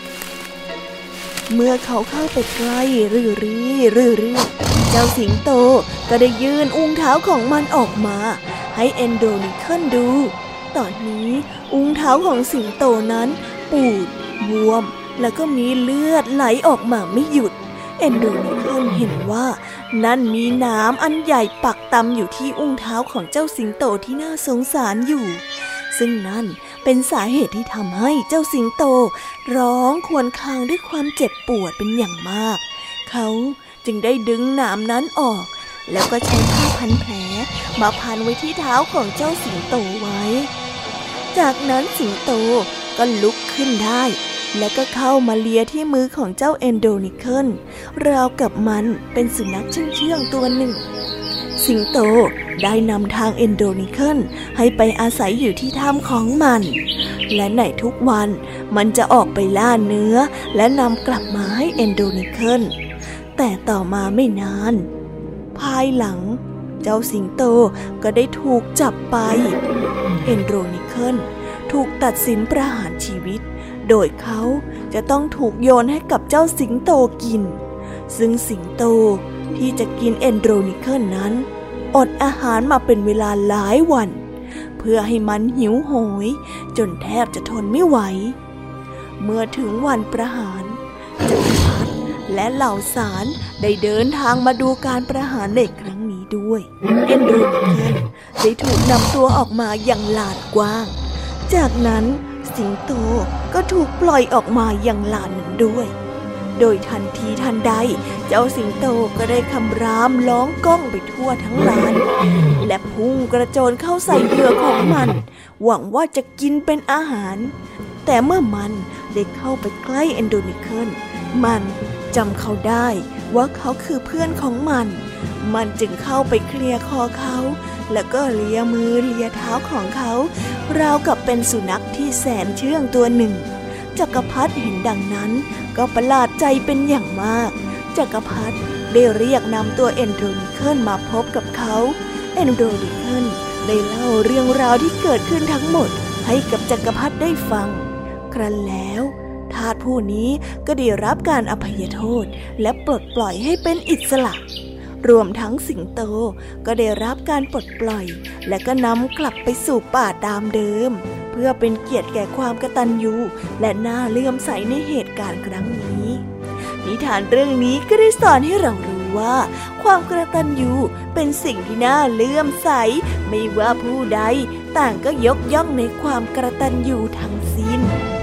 เมื่อเขาเข้าไปใกล้เรื่อยๆเจ้าสิงโตก็ได้ยื่นอุ้งเท้าของมันออกมาให้แอนโดนิเคิลดูตอนนี้อุ้งเท้าของสิงโตนั้นปูดบวมแล้วก็มีเลือดไหลออกมาไม่หยุดแอนโดนิเคิลเห็นว่านั่นมีหนามอันใหญ่ปักตำอยู่ที่อุ้งเท้าของเจ้าสิงโตที่น่าสงสารอยู่ซึ่งนั่นเป็นสาเหตุที่ทำให้เจ้าสิงโตร้องครวญครางด้วยความเจ็บปวดเป็นอย่างมากเขาจึงได้ดึงหนามนั้นออกแล้วก็ใช้ผ้าพันแผลมาพันไว้ที่เท้าของเจ้าสิงโตไว้จากนั้นสิงโตก็ลุกขึ้นได้แล้วก็เข้ามาเลียที่มือของเจ้าแอนโดนิเคิลราวกับมันเป็นสุนัขเชื่องๆตัวหนึ่งสิงโตได้นำทางแอนโดนิเคิลให้ไปอาศัยอยู่ที่ถ้ำของมันและในทุกวันมันจะออกไปล่าเนื้อและนำกลับมาให้แอนโดนิเคิลแต่ต่อมาไม่นานภายหลังเจ้าสิงโตก็ได้ถูกจับไปแอนโดนิเคิลถูกตัดสินประหารชีวิตโดยเขาจะต้องถูกโยนให้กับเจ้าสิงโตกินซึ่งสิงโตที่จะกินแอนโดนิเคิลนั้นอดอาหารมาเป็นเวลาหลายวันเพื่อให้มันหิวโหยจนแทบจะทนไม่ไหวเมื่อถึงวันประหารจักรพรรดิและเหล่าศาลได้เดินทางมาดูการประหารในครั้งนี้ด้วยแอนโดนิเคิลได้ถูกนำตัวออกมาอย่างลานกว้างจากนั้นสิงโตก็ถูกปล่อยออกมาอย่างลานนั้นด้วยโดยทันทีทันใดเจ้าสิงโตก็ได้คำรามร้องก้องไปทั่วทั้งลานและพุ่งกระโจนเข้าใส่เหยื่อของมันหวังว่าจะกินเป็นอาหารแต่เมื่อมันได้เข้าไปใกล้แอนโดนิเคิลมันจำเขาได้ว่าเขาคือเพื่อนของมันจึงเข้าไปเคลียร์คอเขาแล้วก็เลียมือเลียเท้าของเขาราวกับเป็นสุนัขที่แสนเชื่องตัวหนึ่งจักรพรรดิเห็นดังนั้นก็ประหลาดใจเป็นอย่างมากจักรพรรดิได้เรียกนำตัวแอนโดนิเคิลมาพบกับเขาแอนโดนิเคิลได้เล่าเรื่องราวที่เกิดขึ้นทั้งหมดให้กับจักรพรรดิได้ฟังครั้นแล้วทาสผู้นี้ก็ได้รับการอภัยโทษและปลดปล่อยให้เป็นอิสระรวมทั้งสิงโตก็ได้รับการปลดปล่อยและก็นำกลับไปสู่ป่าตามเดิมเพื่อเป็นเกียรติแก่ความกตัญญูและน่าเลื่อมใสในเหตุการณ์ครั้งนี้นิทานเรื่องนี้ก็ได้สอนให้เรารู้ว่าความกตัญญูเป็นสิ่งที่น่าเลื่อมใสไม่ว่าผู้ใดต่างก็ยกย่องในความกตัญญูทั้งสิ้น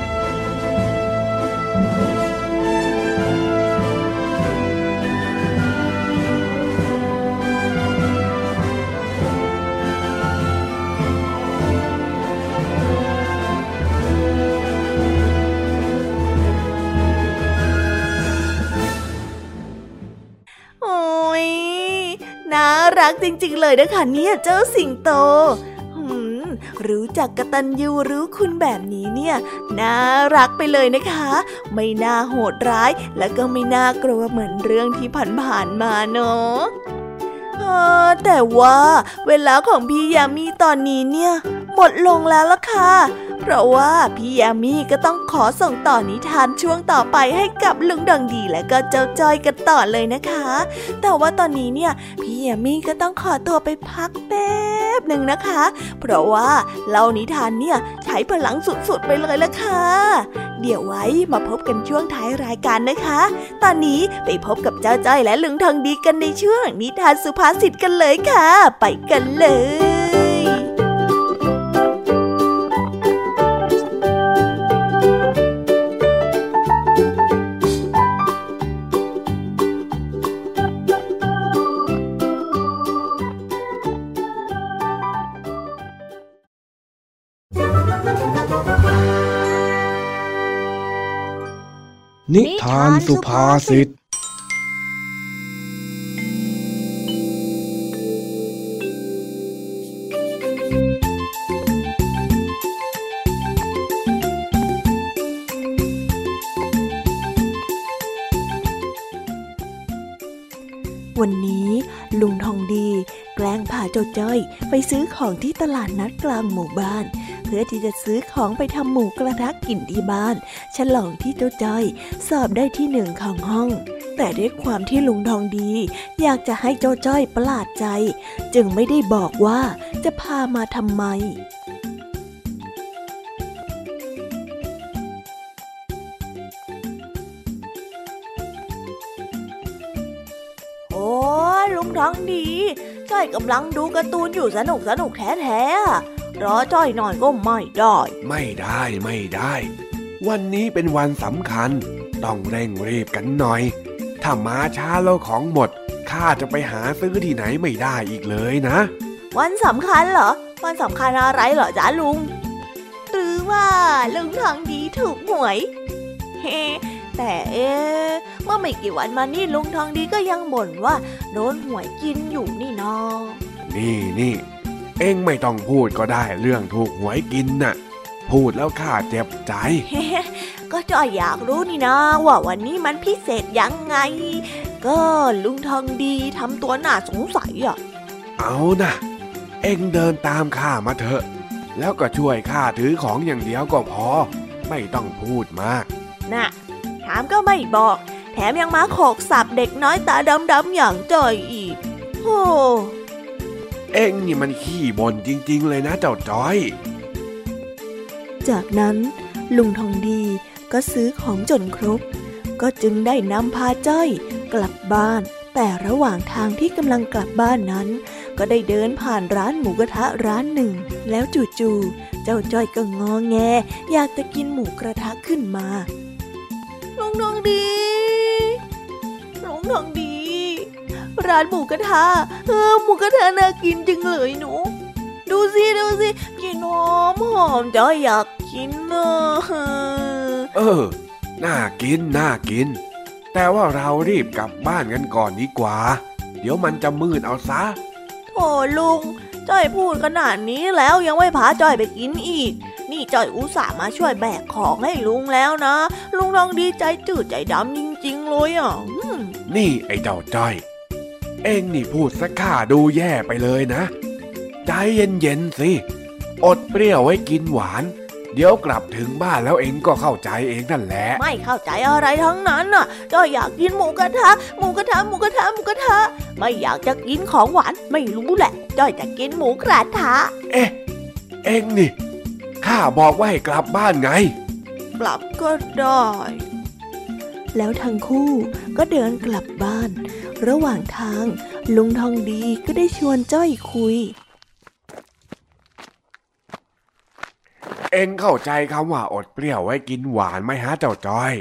น่ารักจริงๆเลยนะคะเนี่ยเจ้าสิงโตรู้จักกตัญญูรู้คุณแบบนี้เนี่ยน่ารักไปเลยนะคะไม่น่าโหดร้ายและก็ไม่น่ากลัวเหมือนเรื่องที่ผ่านๆมาเนาะแต่ว่าเวลาของพี่ยามีตอนนี้เนี่ยหมดลงแล้วล่ะค่ะเพราะว่าพี่ยามีก็ต้องขอส่งต่อนิทานช่วงต่อไปให้กับลุงดองดีและก็เจ้าจ้อยกันต่อเลยนะคะแต่ว่าตอนนี้เนี่ยพี่ยามีก็ต้องขอตัวไปพักแป๊บหนึ่งนะคะเพราะว่าเล่านิทานเนี่ยใช้พลังสุดๆไปเลยล่ะค่ะเดี๋ยวไว้มาพบกันช่วงท้ายรายการนะคะตอนนี้ไปพบกับเจ้าจ้อยและลุงทองดีกันในช่วงนิทานสุภาษิตกันเลยค่ะไปกันเลยนิทานสุภาษิตวันนี้ลุงทองดีแกล้งพาเจ้าจ้อยไปซื้อของที่ตลาดนัดกลางหมู่บ้านเพื่อที่จะซื้อของไปทำหมูกระทะกินที่บ้านฉลองที่เจ้าจ้อยสอบได้ที่ 1ของห้องแต่ด้วยความที่ลุงทองดีอยากจะให้เจ้าจ้อยประหลาดใจจึงไม่ได้บอกว่าจะพามาทำไมลุงทองดีจ้อยกำลังดูการ์ตูนอยู่สนุกแท้ๆรอจ้อยหน่อยก็ไม่ได้วันนี้เป็นวันสำคัญต้องเร่งรีบกันหน่อยถ้ามาช้าแล้วของหมดข้าจะไปหาซื้อที่ไหนไม่ได้อีกเลยนะวันสำคัญเหรอวันสำคัญอะไรเหรอจ๊ะลุงหรือว่าลุงทองดีถูกหวยเฮ้แต่เมื่อไม่กี่วันมานี่ลุงทองดีก็ยังบ่นว่าโดนหวยกินอยู่นี่นาะนี่เอ็งไม่ต้องพูดก็ได้เรื่องถูกหวยกินน่ะพูดแล้วข้าเจ็บใจก็จ้อยอยากรู้นี่นะว่าวันนี้มันพิเศษยังไงก็ลุงทองดีทำตัวน่าสงสัยอ่ะเอานะเอ็งเดินตามข้ามาเถอะแล้วก็ช่วยข้าถือของอย่างเดียวก็พอไม่ต้องพูดมากน่ะถามก็ไม่บอกแถมยังมาโขกสับเด็กน้อยตาดำๆอย่างจ้อยอีกโอ้เอ็งนี่มันขี้บ่นจริงๆเลยนะเจ้าจ้อยจากนั้นลุงทองดีก็ซื้อของจนครบก็จึงได้นำพาจ้อยกลับบ้านแต่ระหว่างทางที่กำลังกลับบ้านนั้นก็ได้เดินผ่านร้านหมูกระทะร้านหนึ่งแล้วจู่ๆเจ้าจ้อยก็งอแงอยากจะกินหมูกระทะขึ้นมาลุงทองดีร้านหมูกระทะหมูกระทะน่ากินจังเลยหนูดูสิกินหอมจ้อยอยากกินน่ากินแต่ว่าเรารีบกลับบ้านกันก่อนดีกว่าเดี๋ยวมันจะมืดเอาซะโอ้ลุงจ้อยพูดขนาดนี้แล้วยังไม่พาจ้อยไปกินอีกนี่จ้อยอุตส่าห์มาช่วยแบกของให้ลุงแล้วนะลุงทองดีใจจืดใจดำจริงๆเลยอ่ะนี่ไอ้เจ้าจ้อยเอ็งนี่พูดซะข้าดูแย่ไปเลยนะใจเย็นๆสิอดเปรี้ยวไว้กินหวานเดี๋ยวกลับถึงบ้านแล้วเอ็งก็เข้าใจเองนั่นแหละไม่เข้าใจอะไรทั้งนั้นน่ะจ้อยอยากกินหมูกระทะไม่อยากจะกินของหวานไม่รู้แหละจ้อยจะกินหมูกระทะเอ็งนี่ข้าบอกว่าให้กลับบ้านไงกลับก็ได้แล้วทั้งคู่ก็เดินกลับบ้านระหว่างทางลุงทองดีก็ได้ชวนจ้อยคุยเอ็งเข้าใจคำว่าอดเปรี้ยวไว้กินหวานไหมฮะเจ้าจ้อย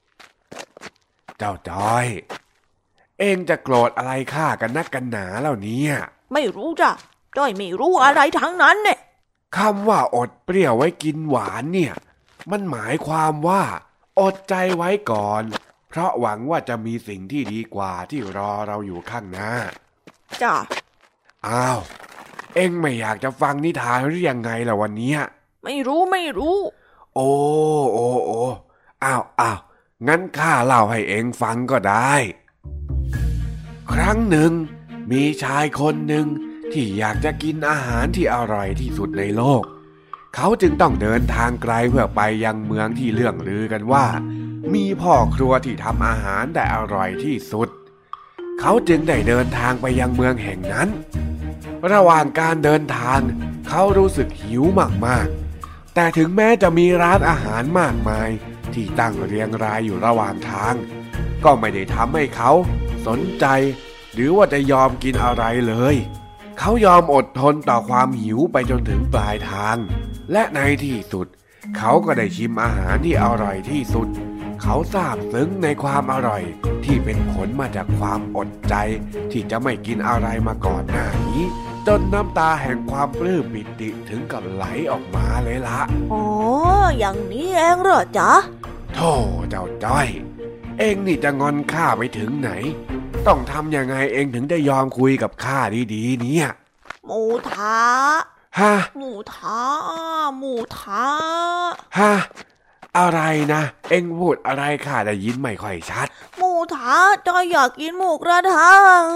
เอ็งจะโกรธอะไรข้ากันนักกันหนาแล้วเนี่ยไม่รู้จ้ะจ้อยไม่รู้อะไรทั้งนั้นเนี่ยคำว่าอดเปรี้ยวไว้กินหวานเนี่ยมันหมายความว่าอดใจไว้ก่อนเพราะหวังว่าจะมีสิ่งที่ดีกว่าที่รอเราอยู่ข้างหน้าจ้ะอ้าวเอ็งไม่อยากจะฟังนิทานหรือยังไงล่ะวันนี้ไม่รู้โอ้อ้าวงั้นข้าเล่าให้เอ็งฟังก็ได้ครั้งหนึ่งมีชายคนหนึ่งที่อยากจะกินอาหารที่อร่อยที่สุดในโลกเขาจึงต้องเดินทางไกลเพื่อไปยังเมืองที่เลื่องลือกันว่ามีพ่อครัวที่ทำอาหารได้อร่อยที่สุดเขาจึงได้เดินทางไปยังเมืองแห่งนั้นระหว่างการเดินทางเขารู้สึกหิวมากๆแต่ถึงแม้จะมีร้านอาหารมากมายที่ตั้งเรียงรายอยู่ระหว่างทางก็ไม่ได้ทำให้เขาสนใจหรือว่าจะยอมกินอะไรเลยเขายอมอดทนต่อความหิวไปจนถึงปลายทางและในที่สุดเขาก็ได้ชิมอาหารที่อร่อยที่สุดเขาซาบซึ้งในความอร่อยที่เป็นผลมาจากความอดใจที่จะไม่กินอะไรมาก่อนหน้านี้จนน้ำตาแห่งความปลื้มปิติถึงกับไหลออกมาเลยละอ๋ออย่างนี้เองเหรอจ๊ะโธ่เจ้าจ้อยเองนี่จะงอนข้าไปถึงไหนต้องทำยังไงเองถึงได้ยอมคุยกับข้าดีๆเนี่ยหมูทะฮะหมูทะหมูทะฮะอะไรนะเอ็งพูดอะไรข้าได้ยินไม่ค่อยชัดหมูทะจอยอยากกินหมูกระทะ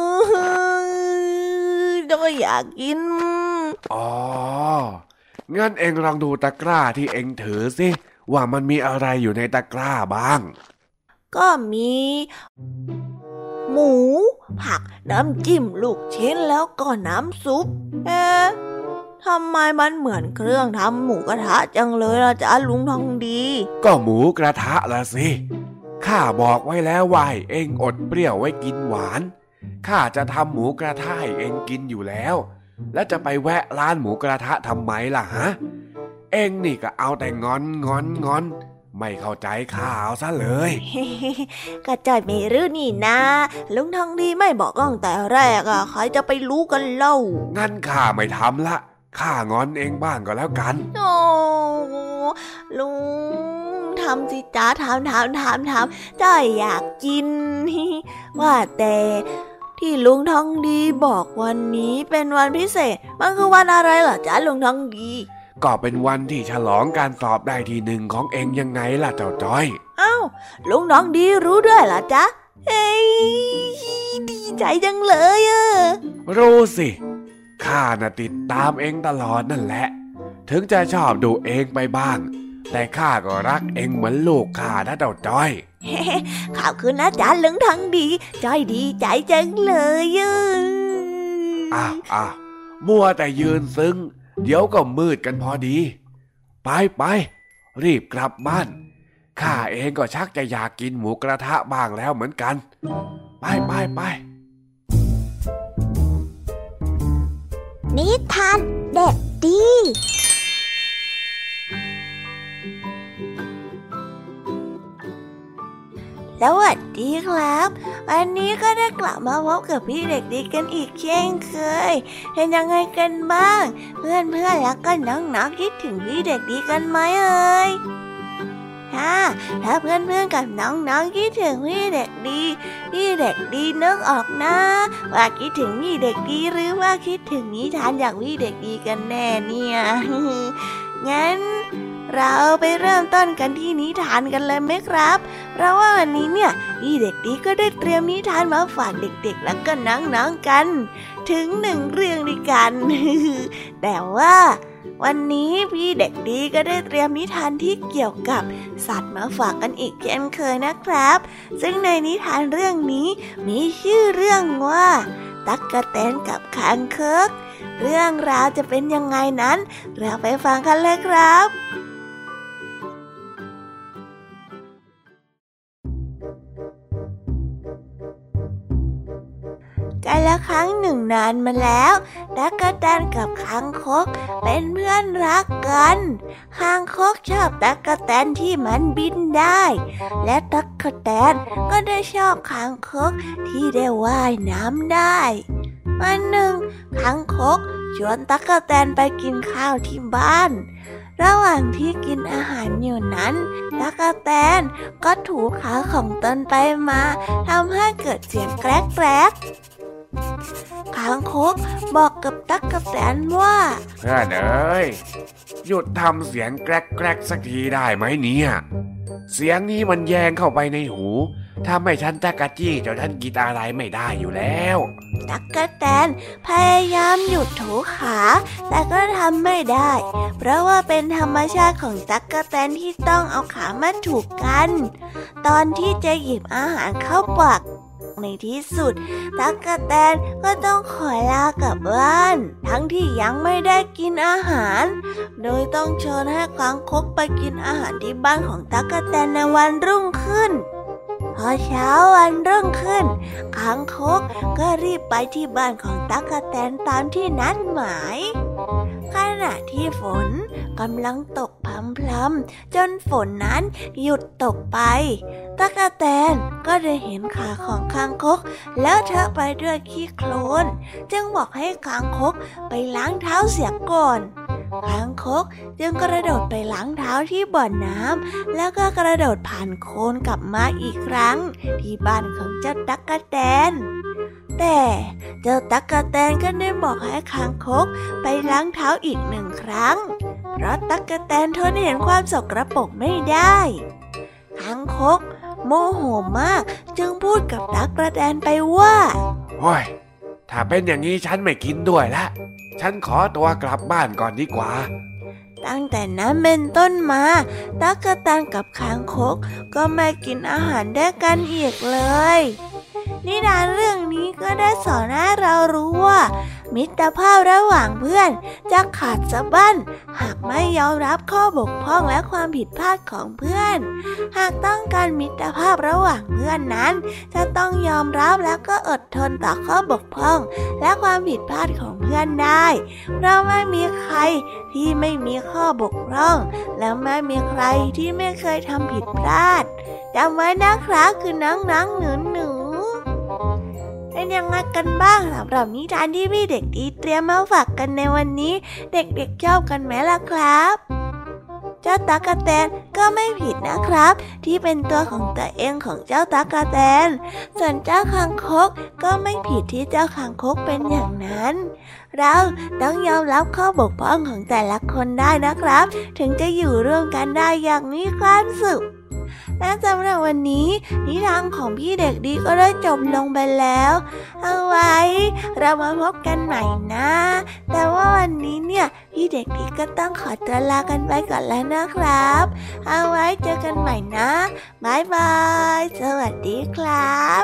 จอยอยากกินอ๋องั้นเอ็งลองดูตะกร้าที่เอ็งถือสิว่ามันมีอะไรอยู่ในตะกร้าบ้างก็มีหมูผักน้ำจิ้มลูกชิ้นแล้วก็น้ำซุปทำไมมันเหมือนเครื่องทำหมูกระทะจังเลยล่ะจ๊ะลุงทองดีก็หมูกระทะละสิข้าบอกไว้แล้วว่าให้เอ็งอดเปรี้ยวไว้กินหวานข้าจะทำหมูกระทะให้เอ็งกินอยู่แล้วแล้วจะไปแวะร้านหมูกระทะทำไมล่ะฮะเอ็งนี่ก็เอาแต่งอนไม่เข้าใจข้าเอาซะเลยก็จอยไม่รู้นี่นะลุงทองดีไม่บอกตั้งแต่แรกอ่ะใครจะไปรู้กันเล่างั้นข้าไม่ทำละข้างอนเองบ้างก็แล้วกันโอ้ลุงทำสิจ้าทำจ้อยอยากกินว่าแต่ที่ลุงทองดีบอกวันนี้เป็นวันพิเศษมันคือวันอะไรเหรอจ๊ะลุงทองดีก็เป็นวันที่ฉลองการสอบได้ที่หนึ่งของเองยังไงล่ะเจ้าจ้อยอ้าวลุงทองดีรู้ด้วยเหรอจ๊ะเฮ้ยดีใจจังเลยอะรู้สิข้าน่ะติดตามเองตลอดนั่นแหละถึงจะชอบดูเองไปบ้างแต่ข้าก็รักเองเหมือนลูกข้านะเจ้าจ้อยขอบคุณนะจ๊ะลุงทองดีจ้อยดีใจจังเลยมัวแต่ยืนซึ้งเดี๋ยวก็มืดกันพอดีไปรีบกลับบ้านข้าเองก็ชักจะอยากกินหมูกระทะบ้างแล้วเหมือนกันไปนิทานเด็กดีสวัสดีครับวันนี้ก็ได้กลับมาพบกับพี่เด็กดีกันอีกเช่นเคยเป็นยังไงกันบ้างเพื่อนแล้วก็น้องๆคิดถึงพี่เด็กดีกันไหมเอ่ยถ้าเพื่อนกับน้องๆคิดถึงพี่เด็กดีนึกออกนะว่าคิดถึงพี่เด็กดีหรือว่าคิดถึงนิทานอย่างพี่เด็กดีกันแน่เนี่ยงั้นเราไปเริ่มต้นกันที่นิทานกันเลยไหมครับเพราะว่าวันนี้เนี่ยพี่เด็กดีก็ได้เตรียมนิทานมาฝากเด็กๆแล้วก็น้องๆกันถึง1 เรื่องด้วยกันแต่ว่าวันนี้พี่เด็กดีก็ได้เตรียมนิทานที่เกี่ยวกับสัตว์มาฝากกันอีกเช่นเคยนะครับซึ่งในนิทานเรื่องนี้มีชื่อเรื่องว่าตั๊กแตนกับคางคกเรื่องราวจะเป็นยังไงนั้นเราไปฟังกันเลยครับกาลครั้งหนึ่งนานมาแล้วตั๊กแตนกับคางคกเป็นเพื่อนรักกันคางคกชอบตั๊กแตนที่มันบินได้และตั๊กแตนก็ได้ชอบคางคกที่ได้ว่ายน้ำได้วันหนึ่งคางคกชวนตั๊กแตนไปกินข้าวที่บ้านระหว่างที่กินอาหารอยู่นั้นตั๊กแตนก็ถูขาของตนไปมาทำให้เกิดเสียงแกรกคางคกบอกกับตั๊กแตนว่าเพื่อนเอ้ยหยุดทำเสียงแกรกสักทีได้ไหมเนี่ยเสียงนี้มันแยงเข้าไปในหูถ้าไม่ฉันจักรจี้จนท่านกินอะไรไม่ได้อยู่แล้วตั๊กแตนพยายามหยุดถูขาแต่ก็ทำไม่ได้เพราะว่าเป็นธรรมชาติของตั๊กแตนที่ต้องเอาขามาถูกกันตอนที่จะหยิบอาหารเข้าปากในที่สุดตั๊กแตนก็ต้องขอลากลับบ้านทั้งที่ยังไม่ได้กินอาหารโดยต้องเชิญให้คางคกไปกินอาหารที่บ้านของตั๊กแตนในวันรุ่งขึ้นพอเช้าวันรุ่งขึ้นคางคกก็รีบไปที่บ้านของตั๊กแตนตามที่นัดหมายขณะที่ฝนกำลังตกพรำๆจนฝนนั้นหยุดตกไปตั๊กแตนก็ได้เห็นขาของคางคกแล้วเทอะไปด้วยขี้โคลนจึงบอกให้คางคกไปล้างเท้าเสียก่อนคางคกจึงกระโดดไปล้างเท้าที่บ่อน้ำแล้วก็กระโดดผ่านโคลนกลับมาอีกครั้งที่บ้านของเจ้าตั๊กแตนแต่เจ้าตั๊กแตนก็ได้บอกให้คางคกไปล้างเท้าอีก1 ครั้งเพราะตั๊กแตนทนเห็นความสกปรกไม่ได้คางคกโมโหมากจึงพูดกับตั๊กแตนไปว่าโอ้ยถ้าเป็นอย่างนี้ฉันไม่กินด้วยละฉันขอตัวกลับบ้านก่อนดีกว่าตั้งแต่นั้นเป็นต้นมาตั๊กแตนกับคางคกก็ไม่กินอาหารด้วยกันอีกเลยนิทานเรื่องนี้ก็ได้สอนให้เรารู้ว่ามิตรภาพระหว่างเพื่อนจะขาดสะบั้นหากไม่ยอมรับข้อบกพร่องและความผิดพลาดของเพื่อนหากต้องการมิตรภาพระหว่างเพื่อนนั้นจะต้องยอมรับและก็อดทนต่อข้อบกพร่องและความผิดพลาดของเพื่อนได้เพราะไม่มีใครที่ไม่มีข้อบกพร่องและไม่มีใครที่ไม่เคยทำผิดพลาดจำไว้นะครับคือน้องๆหนูเป็นยังไงกันบ้างสำหรับนิทานที่พี่เด็กดีเตรียมมาฝากกันในวันนี้เด็กๆชอบกันไหมล่ะครับเจ้าตั๊กแตนก็ไม่ผิดนะครับที่เป็นตัวของตัวเองของเจ้าตั๊กแตนส่วนเจ้าคางคกก็ไม่ผิดที่เจ้าคางคกเป็นอย่างนั้นเราต้องยอมรับข้อบกพร่องของแต่ละคนได้นะครับถึงจะอยู่ร่วมกันได้อย่างมีความสุขและสำหรับวันนี้นิทานของพี่เด็กดีก็ได้จบลงไปแล้วเอาไว้เรามาพบกันใหม่นะแต่ว่าวันนี้เนี่ยพี่เด็กดีก็ต้องขอตัวลากันไปก่อนแล้วนะครับเอาไว้เจอกันใหม่นะบ๊ายบายสวัสดีครับ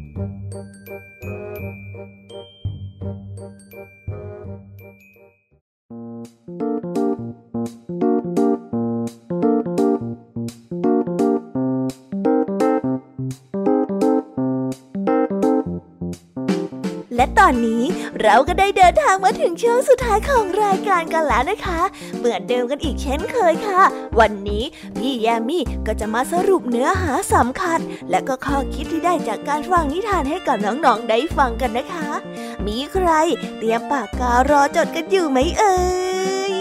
และตอนนี้เราก็ได้เดินทางมาถึงช่วงสุดท้ายของรายการกันแล้วนะคะเหมือนเดิมกันอีกเช่นเคยค่ะวันนี้พี่แยมมี่ก็จะมาสรุปเนื้อหาสำคัญและก็ข้อคิดที่ได้จากการฟังนิทานให้กับน้องๆได้ฟังกันนะคะมีใครเตรียมปากการอจดกันอยู่ไหมเอ่ย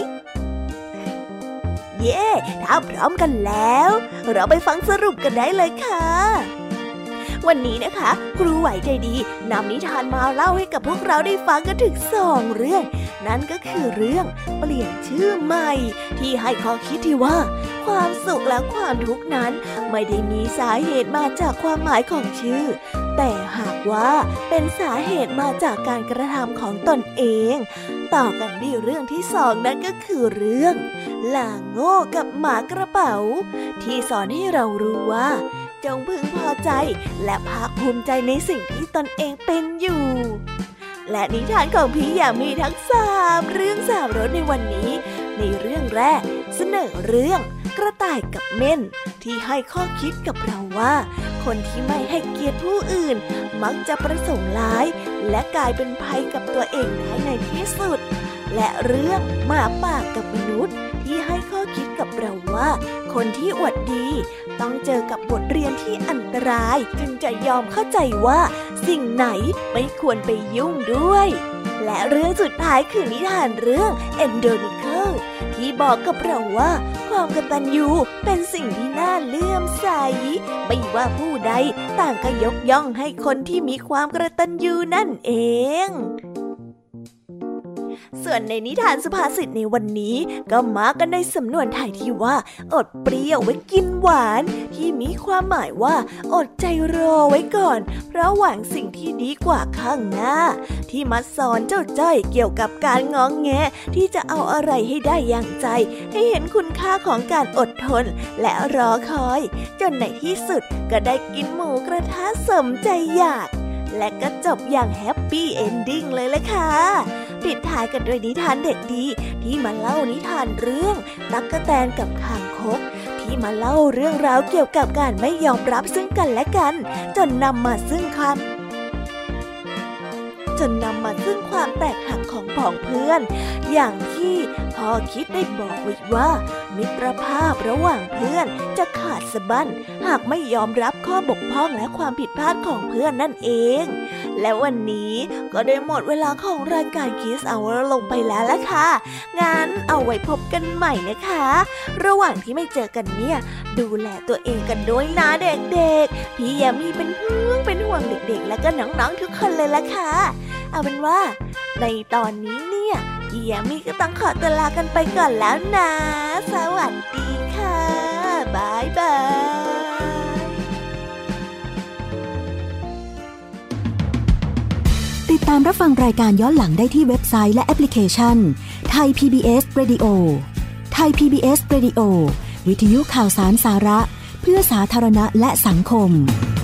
เย้ถ้าพร้อมกันแล้วเราไปฟังสรุปกันได้เลยค่ะวันนี้นะคะครูไหวใจดีนำนิทานมาเล่าให้กับพวกเราได้ฟังกันถึง2 เรื่องนั่นก็คือเรื่องเปลี่ยนชื่อใหม่ที่ให้ข้อคิดที่ว่าความสุขและความทุกข์นั้นไม่ได้มีสาเหตุมาจากความหมายของชื่อแต่หากว่าเป็นสาเหตุมาจากการกระทำของตนเองต่อกันด้วยเรื่องที่2นั่นก็คือเรื่องหลาโง่กับหมากระเป๋าที่สอนให้เรารู้ว่าจงพึงพอใจและภาคภูมิใจในสิ่งที่ตนเองเป็นอยู่และนิทานของพี่อยากมีทั้ง3 เรื่อง3 รสในวันนี้ในเรื่องแรกเสนอเรื่องกระต่ายกับเม่นที่ให้ข้อคิดกับเราว่าคนที่ไม่ให้เกียรติผู้อื่นมักจะประสงค์ร้ายและกลายเป็นภัยกับตัวเองได้ในที่สุดและเรื่องหมาป่ากับมนุษย์ที่ให้ข้อคิดกับเราว่าคนที่อวดดีต้องเจอกับบทเรียนที่อันตรายจึงจะยอมเข้าใจว่าสิ่งไหนไม่ควรไปยุ่งด้วยและเรื่องสุดท้ายคือนิทานเรื่องเอนโดนิเคิลที่บอกกับเราว่าความกตัญญูเป็นสิ่งที่น่าเลื่อมใสไม่ว่าผู้ใดต่างก็ยกย่องให้คนที่มีความกตัญญูนั่นเองส่วนในนิทานสุภาษิตในวันนี้ก็มากันในสำนวนไทยที่ว่าอดเปรี้ยวไว้กินหวานที่มีความหมายว่าอดใจรอไว้ก่อนเพราะหวังสิ่งที่ดีกว่าข้างหน้าที่มาสอนเจ้าจ้อยเกี่ยวกับการง้อแงที่จะเอาอะไรให้ได้อย่างใจให้เห็นคุณค่าของการอดทนและรอคอยจนในที่สุดก็ได้กินหมูกระทะสมใจอยากและก็จบอย่างแฮปปี้เอนดิ้งเลยล่ะค่ะปิดท้ายกันด้วยนิทานเด็กดีที่มาเล่านิทานเรื่องตั๊กแตนกับคางคกที่มาเล่าเรื่องราวเกี่ยวกับการไม่ยอมรับซึ่งกันและกันจนนำมาซึ่งจนนำมาซึ่งความแตกหักของผองเพื่อนอย่างที่พ่อคิดได้บอกไว้ว่ามิตรภาพระหว่างเพื่อนจะขาดสะบั้นหากไม่ยอมรับข้อบกพร่องและความผิดพลาดของเพื่อนนั่นเองและวันนี้ก็ได้หมดเวลาของรายการ Kids Hour ลงไปแล้วล่ะค่ะงั้นเอาไว้พบกันใหม่นะคะระหว่างที่ไม่เจอกันเนี่ยดูแลตัวเองกันด้วยนะเด็กๆพี่ยามีเป็นห่วงเด็กๆและก็น้องๆทุกคนเลยล่ะค่ะเอาเป็นว่าในตอนนี้เนี่ยพี่ยามีก็ต้องขอตัวลากันไปก่อนแล้วนะสวัสดีค่ะบ๊ายบายติดตามรับฟังรายการย้อนหลังได้ที่เว็บไซต์และแอปพลิเคชัน Thai PBS Radio Thai PBS Radio วิทยุข่าวสารสาระเพื่อสาธารณะและสังคม